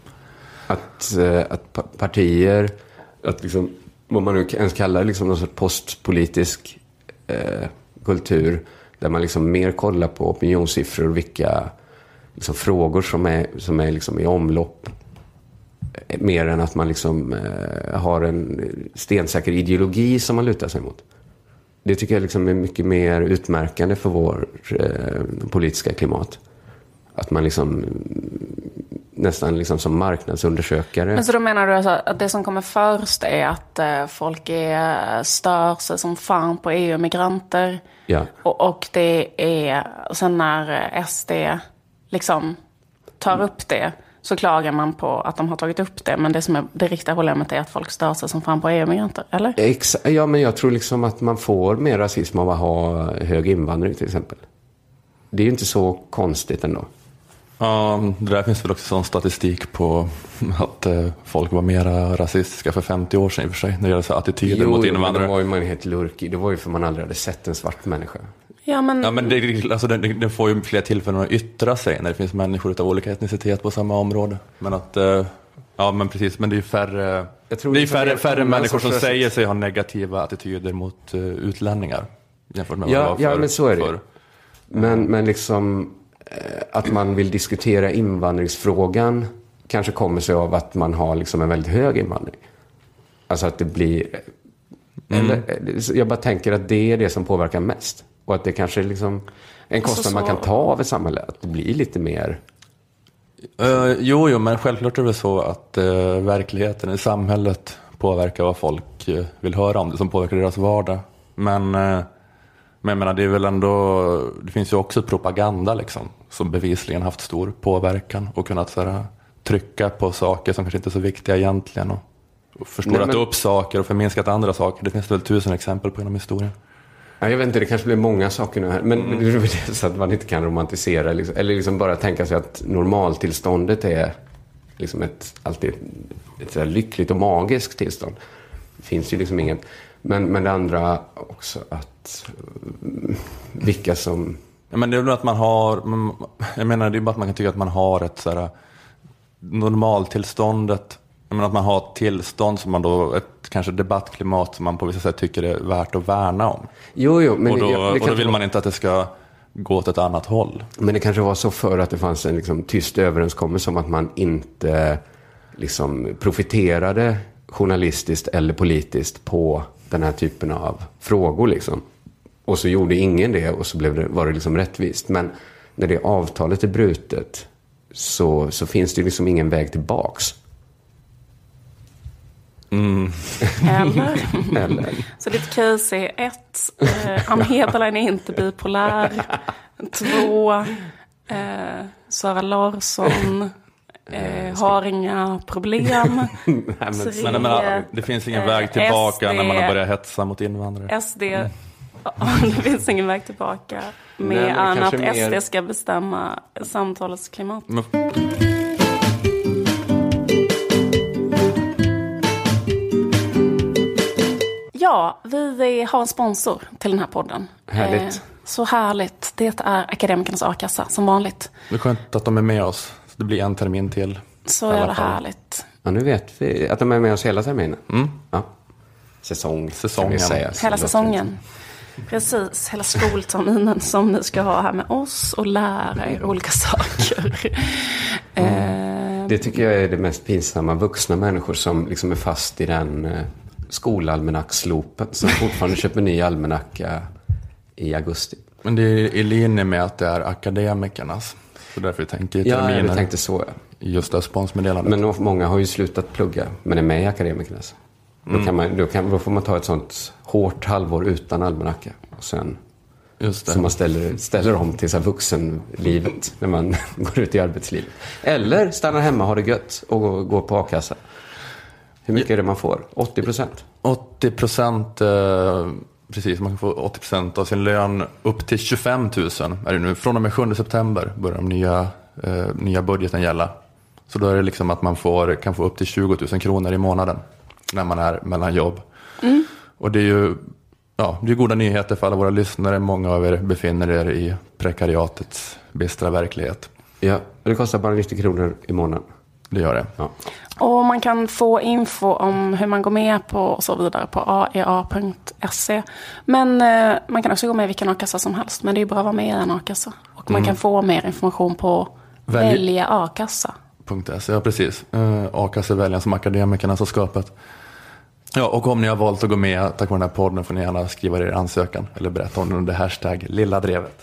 Speaker 1: Att, eh, att partier, att liksom, vad man nu ens kallar liksom någon sorts postpolitisk eh, kultur, där man liksom mer kollar på opinionssiffror och vilka liksom, frågor som är, som är liksom i omlopp, mer än att man liksom eh, har en stensäker ideologi som man lutar sig mot. Det tycker jag liksom är mycket mer utmärkande för vår eh, politiska klimat. Att man liksom nästan liksom som marknadsundersökare.
Speaker 3: Men så då menar du alltså att det som kommer först är att eh, folk är stör sig som fan på E U-migranter.
Speaker 1: Ja.
Speaker 3: Och, och det är, och sen när S D liksom tar upp det, så klagar man på att de har tagit upp det. Men det som är det riktiga problemet är att folk stör sig som fan på E U-migranter, eller?
Speaker 1: Exa- ja, men jag tror liksom att man får mer rasism av att ha hög invandring till exempel. Det är ju inte så konstigt ändå.
Speaker 2: Ja, det där finns väl också sån statistik på att eh, folk var mera rasistiska för femtio år sedan i och för sig. När det gäller så attityder
Speaker 1: jo,
Speaker 2: mot
Speaker 1: invandrare. Jo,
Speaker 2: invandrare.
Speaker 1: det var ju man helt lurkig. Det var ju för man aldrig hade sett en svart människa.
Speaker 3: Ja, men,
Speaker 2: ja, men det, alltså, det, det får ju fler tillfällen att yttra sig när det finns människor av olika etnicitet på samma område. Men att, eh, ja men precis, men det är ju färre, det är ju färre, färre människor som säger sig ha negativa attityder mot uh, utlänningar. Jämfört med
Speaker 1: ja,
Speaker 2: vad det var
Speaker 1: ja,
Speaker 2: för,
Speaker 1: men så är det.
Speaker 2: för,
Speaker 1: men, men liksom att man vill diskutera invandringsfrågan kanske kommer sig av att man har liksom en väldigt hög invandring. Alltså att det blir... Mm. Eller, jag bara tänker att det är det som påverkar mest. Och att det kanske är liksom en kostnad alltså, så... man kan ta av ett samhälle. Att det blir lite mer...
Speaker 2: Uh, jo, jo, men självklart är det så att uh, verkligheten i samhället påverkar vad folk uh, vill höra om det, som påverkar deras vardag. Men... Uh, Men jag menar, det är väl ändå, det finns ju också propaganda liksom, som bevisligen haft stor påverkan och kunnat så här, trycka på saker som kanske inte är så viktiga egentligen och, och förstorat Nej, men... upp saker och förminskat andra saker. Det finns väl tusen exempel på inom historien.
Speaker 1: Ja, jag vet inte, det kanske blir många saker nu här. Men mm. det är väl så att man inte kan romantisera liksom, eller liksom bara tänka sig att normaltillståndet är liksom ett, alltid ett så här lyckligt och magiskt tillstånd. Det finns ju liksom inget. Men, men det andra också att vilka som...
Speaker 2: Ja, men det är väl att man har... Jag menar, det är bara att man kan tycka att man har ett så här normaltillståndet. Jag menar att man har ett tillstånd som man då... Ett kanske debattklimat som man på vissa sätt tycker är värt att värna om.
Speaker 1: Jo, jo. Men
Speaker 2: och då,
Speaker 1: det, det
Speaker 2: och då vill
Speaker 1: vara...
Speaker 2: man inte att det ska gå åt ett annat håll.
Speaker 1: Men det kanske var så för att det fanns en liksom, tyst överenskommelse om att man inte liksom, profiterade journalistiskt eller politiskt på den här typen av frågor liksom. Och så gjorde ingen det och så blev det, var det liksom rättvist. Men när det avtalet är brutet så, så finns det liksom ingen väg tillbaks.
Speaker 2: Mm.
Speaker 3: Eller?
Speaker 1: Eller?
Speaker 3: Så ditt case är ett, eh, Ann Heberlein är inte bipolär. Två, eh, Sara Larsson eh, har inga problem.
Speaker 2: Nej, men, Tre, men, men, det finns ingen eh, väg tillbaka S D, när man har börjat hetsa mot invandrare.
Speaker 3: S D, mm. Det finns ingen väg tillbaka med Nej, annat att mer... S D ska bestämma samtalets klimat. Men... Ja, vi har en sponsor till den här podden.
Speaker 1: Härligt.
Speaker 3: Eh, så härligt. Det är Akademikernas A-kassa, som vanligt.
Speaker 2: Det är skönt att de är med oss. Det blir en termin till.
Speaker 3: Så jävla härligt.
Speaker 1: Ja, nu vet vi att de är med oss hela terminen.
Speaker 2: Mm.
Speaker 1: Ja. Säsong.
Speaker 2: Säsongen.
Speaker 1: Säga,
Speaker 3: hela säsongen. Precis, hela skolterminen som ni ska ha här med oss och lära er olika saker.
Speaker 1: Mm. Det tycker jag är det mest pinsamma. Vuxna människor som liksom är fast i den eh, skolalmanackslopen som fortfarande köper ny almanacka i augusti.
Speaker 2: Men det är i linje med att det är akademikernas. Så därför tänker jag
Speaker 1: terminer. Ja, jag tänkte så. Ja.
Speaker 2: Just det, sponsmeddelandet.
Speaker 1: Men många har ju slutat plugga, men är med i akademikernas. Mm. Då, kan man, då, kan, då får man ta ett sånt hårt halvår utan almanacka. Och sen
Speaker 2: Just det.
Speaker 1: Så man ställer, ställer om till så här vuxenlivet när man går ut i arbetslivet. Eller stannar hemma, har det gött och går, går på a-kassa. Hur mycket är det man får? åttio procent?
Speaker 2: åttio procent eh, Precis, man kan få åttio procent av sin lön upp till tjugofem tusen. Är det nu. Från och med sjunde september börjar de nya, eh, nya budgeten gälla. Så då är det liksom att man får, kan få upp till tjugo tusen kronor i månaden när man är mellan jobb. Mm. Och det är ju ja, det är goda nyheter för alla våra lyssnare. Många av er befinner er i prekariatets bistra verklighet.
Speaker 1: Ja, det kostar bara nittio kronor i månaden.
Speaker 2: Det gör det.
Speaker 1: Ja.
Speaker 3: Och man kan få info om hur man går med på och så vidare på a e a punkt se. Men eh, man kan också gå med i vilken a-kassa som helst. Men det är ju bra att vara med i en a-kassa. Och man mm. kan få mer information på Välj... välja a-kassa.
Speaker 2: .se, ja precis. Uh, A-kasseväljan som akademikerna har skapat. Ja, och om ni har valt att gå med tack vare den här podden får ni gärna skriva er ansökan eller berätta om den under hashtag Lilla Drevet.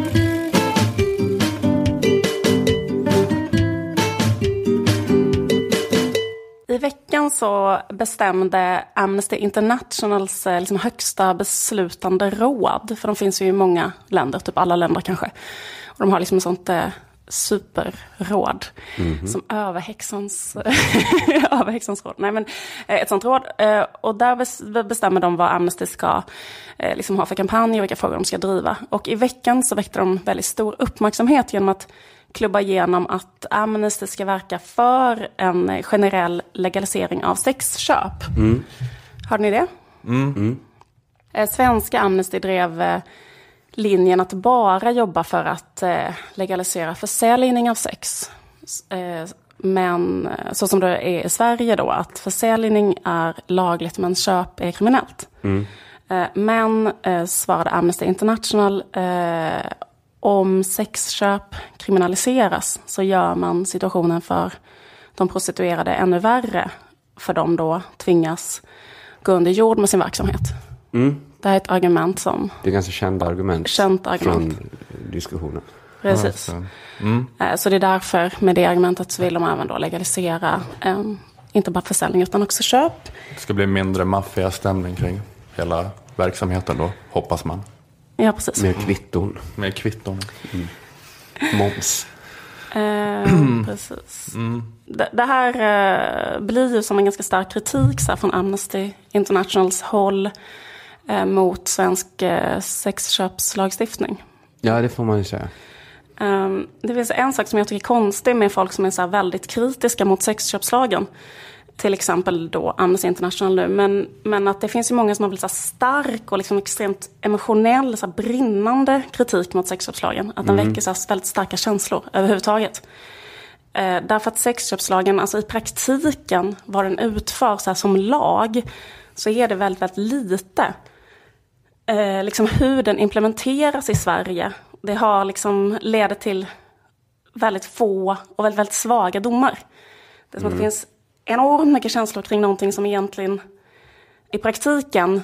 Speaker 3: I veckan så bestämde Amnesty Internationals liksom högsta beslutande råd, för de finns ju i många länder, typ alla länder kanske. Och de har liksom sånt eh, superråd mm-hmm. som överhäxans överhäxans råd. Nej, men ett sånt råd. Och där bestämmer de vad Amnesty ska liksom ha för kampanj och vilka frågor de ska driva. Och i veckan så väckte de väldigt stor uppmärksamhet genom att klubba igenom att Amnesty ska verka för en generell legalisering av sexköp. Mm. Hörde ni det?
Speaker 2: Mm.
Speaker 3: Mm. Svenska Amnesty drev linjen att bara jobba för att eh, legalisera försäljning av sex. Eh, men så som det är i Sverige då, att försäljning är lagligt men köp är kriminellt. Mm. Eh, men eh, svarade Amnesty International, eh, om sexköp kriminaliseras så gör man situationen för de prostituerade ännu värre. För de då tvingas gå under jord med sin verksamhet.
Speaker 1: Mm.
Speaker 3: Det här är ett argument som...
Speaker 1: Det är ganska kända argument,
Speaker 3: känt argument.
Speaker 1: från diskussionen.
Speaker 3: Precis. Mm. Så det är därför med det argumentet så vill de även då legalisera um, inte bara försäljning utan också köp.
Speaker 2: Det ska bli mindre maffiastämning kring hela verksamheten då, hoppas man.
Speaker 3: Ja, precis.
Speaker 1: Med kvitton.
Speaker 2: Med kvitton.
Speaker 1: Mm. Moms.
Speaker 3: Uh, precis. Mm. Det, det här uh, blir ju som en ganska stark kritik så här, från Amnesty Internationals håll uh, mot svensk uh, sexköpslagstiftning.
Speaker 1: Ja, det får man ju säga.
Speaker 3: Um, det finns en sak som jag tycker är konstig med folk som är så här väldigt kritiska mot sexköpslagen. Till exempel då Amnesty International nu. Men, men att det finns ju många som har blivit så stark och liksom extremt emotionell, så brinnande kritik mot sexköpslagen. Att den mm. väcker så väldigt starka känslor överhuvudtaget. Eh, därför att sexköpslagen, alltså i praktiken, vad den utför så här som lag, så är det väldigt, väldigt lite. Eh, liksom hur den implementeras i Sverige, det har liksom leder till väldigt få och väldigt, väldigt svaga domar. Det är som mm. att det finns enormt mycket känslor kring någonting som egentligen i praktiken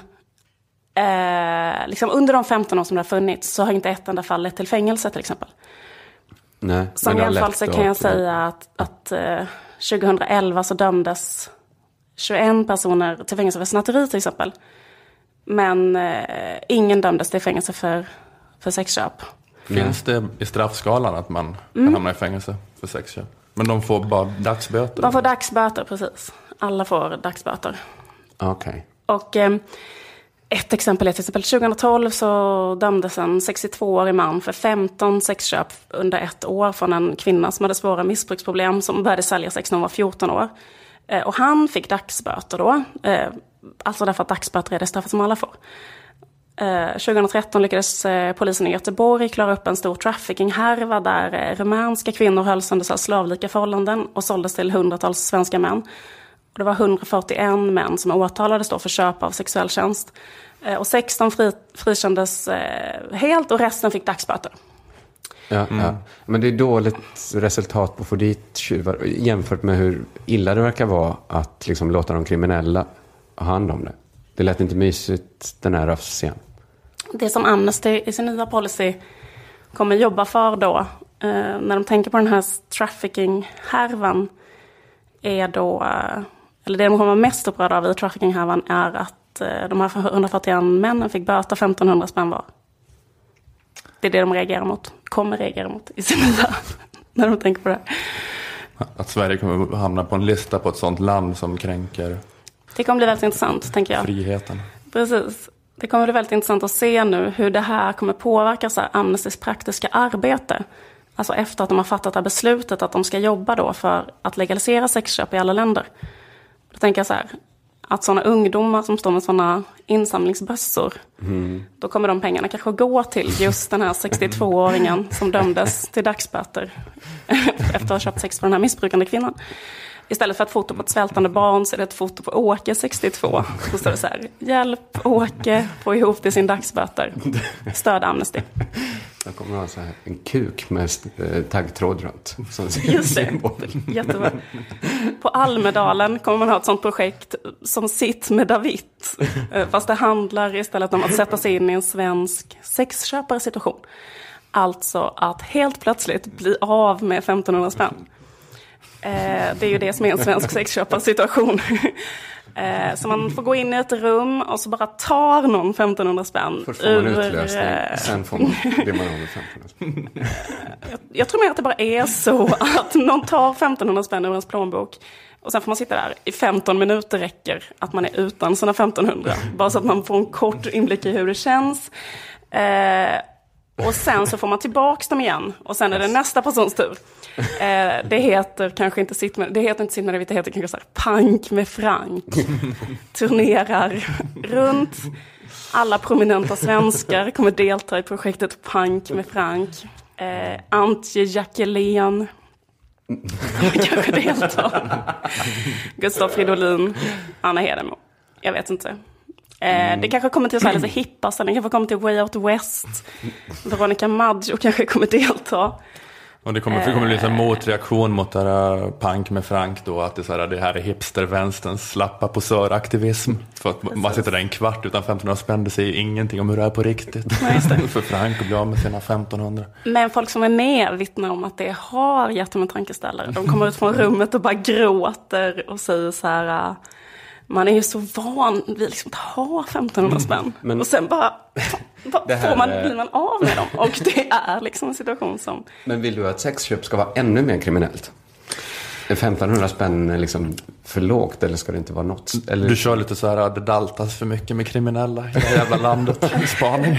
Speaker 3: eh, liksom under de femton år som det har funnits så har inte ett enda fall lett till fängelse till exempel.
Speaker 1: Nej,
Speaker 3: som i alla fall så kan jag säga att, att eh, tjugohundraelva så dömdes tjugoen personer till fängelse för snatteri till exempel. Men eh, ingen dömdes till fängelse för, för sexköp.
Speaker 2: Finns det i straffskalan att man kan mm. hamna i fängelse för sexköp? Men de får bara dagsböter?
Speaker 3: De får dagsböter, precis. Alla får dagsböter.
Speaker 1: Okej. Okay.
Speaker 3: Och eh, ett exempel är till exempel tjugohundratolv så dömdes en sextiotvåårig man för femton sexköp under ett år från en kvinna som hade svåra missbruksproblem som började sälja sex när hon var fjorton år. Eh, och han fick dagsböter då. Eh, alltså därför att dagsböter är det straffet som alla får. Eh, tjugohundratretton lyckades eh, polisen i Göteborg klara upp en stor trafficking-härva där eh, rumänska kvinnor hölls under så här slavlika förhållanden och såldes till hundratals svenska män. Och det var hundrafyrtioen män som åtalades då för köp av sexuell tjänst. Eh, och sexton fri, frikändes eh, helt och resten fick dagsböter.
Speaker 1: Ja, mm. ja, men det är dåligt resultat på att få dit tjuvar jämfört med hur illa det verkar vara att liksom låta de kriminella ha hand om det. Det lät inte mysigt den här rafsen.
Speaker 3: Det som Amnesty i sin nya policy kommer jobba för då, eh, när de tänker på den här trafficking-härvan, är då, eh, eller det de kommer mest upprörda av i trafficking-härvan är att eh, de här hundrafyrtioen männen fick böta femtonhundra spänn var. Det är det de reagerar mot, kommer reagera mot i sin nya, när de tänker på det.
Speaker 2: Att Sverige kommer hamna på en lista på ett sånt land som kränker...
Speaker 3: Det kommer bli väldigt intressant, tänker jag.
Speaker 2: Friheten.
Speaker 3: Precis. Det kommer bli väldigt intressant att se nu hur det här kommer påverka så här Amnestys praktiska arbete. Alltså efter att de har fattat det här beslutet att de ska jobba då för att legalisera sexköp i alla länder. Då tänker jag så här, att sådana ungdomar som står med sådana insamlingsbössor, mm. då kommer de pengarna kanske gå till just den här sextiotvååringen som dömdes till dagsböter efter att ha köpt sex för den här missbrukande kvinnan. Istället för ett foto på ett svältande barn så är det ett foto på Åke sextiotvå. Så står det så här, hjälp Åke få ihop till sin dagsböter. Stöd Amnesty.
Speaker 1: Jag kommer att ha så här, en kuk med eh, taggtråd runt.
Speaker 3: Just det, jättebra. På Almedalen kommer man ha ett sånt projekt som Sitt med David. Fast det handlar istället om att sätta sig in i en svensk sexköparsituation. Alltså att helt plötsligt bli av med femtonhundra spänn. Eh, det är ju det som är en svensk sexköparsituation. eh, så man får gå in i ett rum och så bara tar någon femtonhundra spänn.
Speaker 1: Först får man ur, utlösning, eh, sen får man det man har med femtonhundra spänn.
Speaker 3: jag, jag tror mer att det bara är så att någon tar femtonhundra spänn ur ens plånbok. Och sen får man sitta där i femton minuter räcker att man är utan sina femtonhundra. Bara så att man får en kort inblick i hur det känns. Eh, och sen så får man tillbaks dem igen. Och sen är det nästa persons tur. Eh, det heter kanske inte sitt med, det heter inte sitt med det, det heter kanske så här Pank med Frank. Turnerar runt. Alla prominenta svenskar kommer delta i projektet Pank med Frank. Eh, Antje Jackelén kanske deltar. Gustav Fridolin, Anna Hedenmo. Jag vet inte. Eh, det kanske kommer till så här lite hippa, sen det kanske kommer till Way Out West. Veronica Maggio kanske kommer delta.
Speaker 2: Och det kommer, det kommer bli en motreaktion mot det här Pank med Frank då, att det, så här, det här är hipstervänsterns slappa posöraktivism. För att man sitter där en kvart utan femtonhundra spänn, det säger ingenting om hur det är på riktigt.
Speaker 3: Nej,
Speaker 2: för Frank att bli av med sina femtonhundra.
Speaker 3: Men folk som är med vittnar om att det har gett dem en tankeställare. De kommer ut från rummet och bara gråter och säger så här... Man är ju så van vid liksom att ha femtonhundra spänn. Men, och sen bara, bara får man, blir man av med dem. Och det är liksom en situation som...
Speaker 1: Men vill du att sexköp ska vara ännu mer kriminellt? Är femtonhundra spänn liksom för lågt eller ska det inte vara något? Eller...
Speaker 2: Du kör lite så här, det daltas för mycket med kriminella i det jävla landet. Spaning.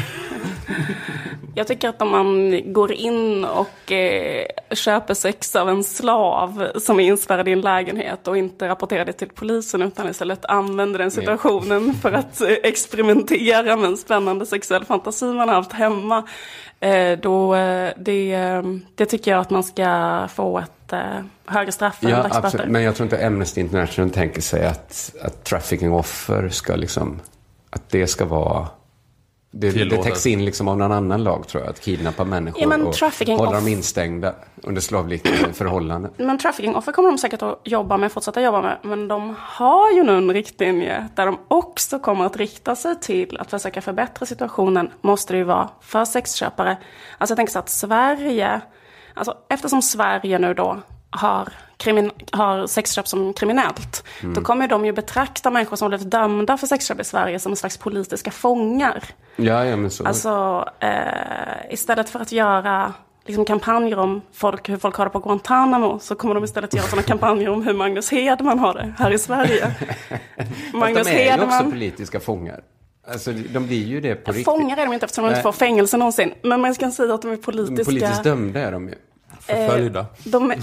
Speaker 3: Jag tycker att om man går in och eh, köper sex av en slav som är inspärrad i en lägenhet och inte rapporterar det till polisen utan istället använder den situationen för att eh, experimentera med en spännande sexuell fantasi man har haft hemma, eh, då eh, det, eh, det tycker jag att man ska få ett eh, högre straff än
Speaker 1: ja,
Speaker 3: dagsböter.
Speaker 1: absolut. Men jag tror inte Amnesty International tänker sig att, att trafficking offer ska liksom, att det ska vara... Det, det täcks in liksom av någon annan lag, tror jag, att kidnappa människor
Speaker 3: ja,
Speaker 1: och hålla dem instängda under slavliknande förhållanden.
Speaker 3: Men trafficking-offer kommer de säkert att jobba med, fortsätta jobba med. Men de har ju nu en riktlinje där de också kommer att rikta sig till att försöka förbättra situationen. Måste det ju vara för sexköpare. Alltså jag tänker så att Sverige, alltså eftersom Sverige nu då har, krimin- har sexköp som kriminellt, mm. då kommer de ju betrakta människor som blivit dömda för sexköp i Sverige som en slags politiska fångar.
Speaker 1: Ja, ja, men så.
Speaker 3: Alltså eh, istället för att göra liksom kampanjer om folk, hur folk har det på Guantanamo, så kommer de istället göra sådana kampanjer om hur Magnus Hedman har det här i Sverige.
Speaker 1: Magnus de är Hedman, ju också politiska fångar. Alltså de blir ju det på riktigt.
Speaker 3: Fångar är de inte eftersom de inte får fängelse någonsin. Men man kan säga att de är politiska. De är
Speaker 1: politiskt dömda är de ju.
Speaker 2: Förföljda.
Speaker 3: Eh, de,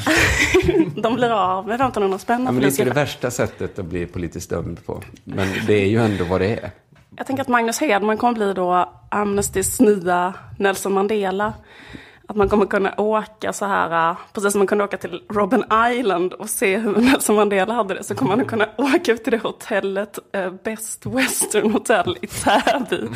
Speaker 3: de blir av med femtonhundra spänn.
Speaker 1: Ja, men det är inte det värsta sättet att bli politiskt dömd på. Men det är ju ändå vad det är.
Speaker 3: Jag tänker att Magnus Hedman kommer bli då Amnestys nya Nelson Mandela. Att man kommer kunna åka så här, precis som man kunde åka till Robben Island och se hur Nelson Mandela hade det, så kommer man kunna åka ut till det hotellet, eh, Best Western Hotel i Täby.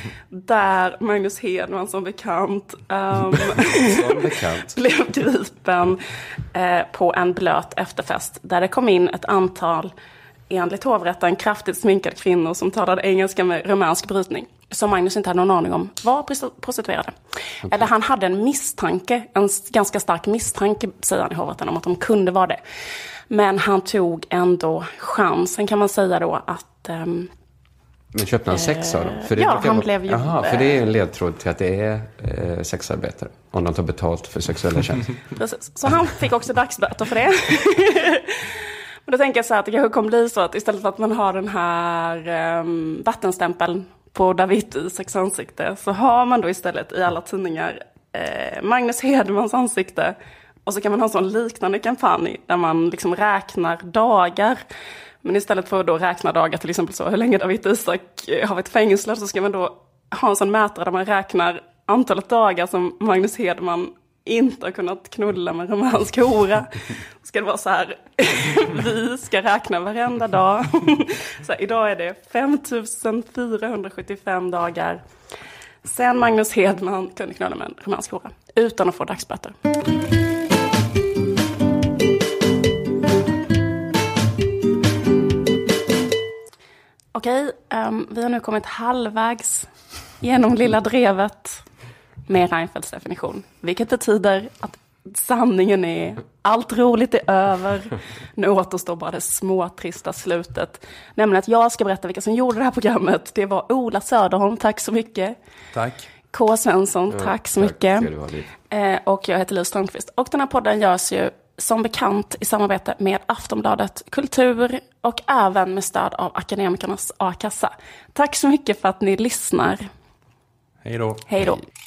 Speaker 3: Där Magnus Hedman som bekant, um,
Speaker 1: som bekant.
Speaker 3: blev gripen eh, på en blöt efterfest. Där det kom in ett antal, enligt hovrätten, kraftigt sminkade kvinnor som talade engelska med rumänsk brytning. Som Magnus inte hade någon aning om var prostituerade. Okay. Eller han hade en misstanke, en ganska stark misstanke, säger han i hovrätten, om att de kunde vara det. Men han tog ändå chansen, kan man säga då, att... Um,
Speaker 1: Men köpte han sex av dem? För det
Speaker 3: ja, han
Speaker 1: vara...
Speaker 3: blev ju...
Speaker 1: Aha, för det är en ledtråd till att det är eh, sexarbetare. Om de tar betalt för sexuella tjänster.
Speaker 3: Precis, så han fick också dagsböter för det. Men då tänker jag så här att det kanske kommer bli så att istället för att man har den här um, vattenstämpeln på David Isaks ansikte så har man då istället i alla tidningar eh, Magnus Hedmans ansikte. Och så kan man ha en sån liknande kampanj där man liksom räknar dagar. Men istället för att då räkna dagar, till exempel så hur länge David Isak har varit fängslad, så ska man då ha en sån mätare där man räknar antalet dagar som Magnus Hedman inte har kunnat knulla med rumänsk hora. Ska det vara så här, vi ska räkna varenda dag. Så här, idag är det fem tusen fyrahundrasjuttiofem dagar sen Magnus Hedman kunde knulla med en rumänsk hora utan att få dagsböter. Okej, um, vi har nu kommit halvvägs genom Lilla Drevet med Reinfeldts definition. Vilket betyder att sanningen är allt roligt är över. Nu återstår bara det små trista slutet. Nämligen att jag ska berätta vilka som gjorde det här programmet. Det var Ola Söderholm, tack så mycket.
Speaker 2: Tack.
Speaker 3: K. Svensson,
Speaker 1: Ja,
Speaker 3: tack så
Speaker 1: tack
Speaker 3: mycket.
Speaker 1: ska du ha, Liv.
Speaker 3: Eh, och jag heter Liv Strömqvist. Och den här podden görs ju som bekant i samarbete med Aftonbladet Kultur och även med stöd av Akademikernas A-kassa. Tack så mycket för att ni lyssnar.
Speaker 2: Hej då.
Speaker 3: Hej då.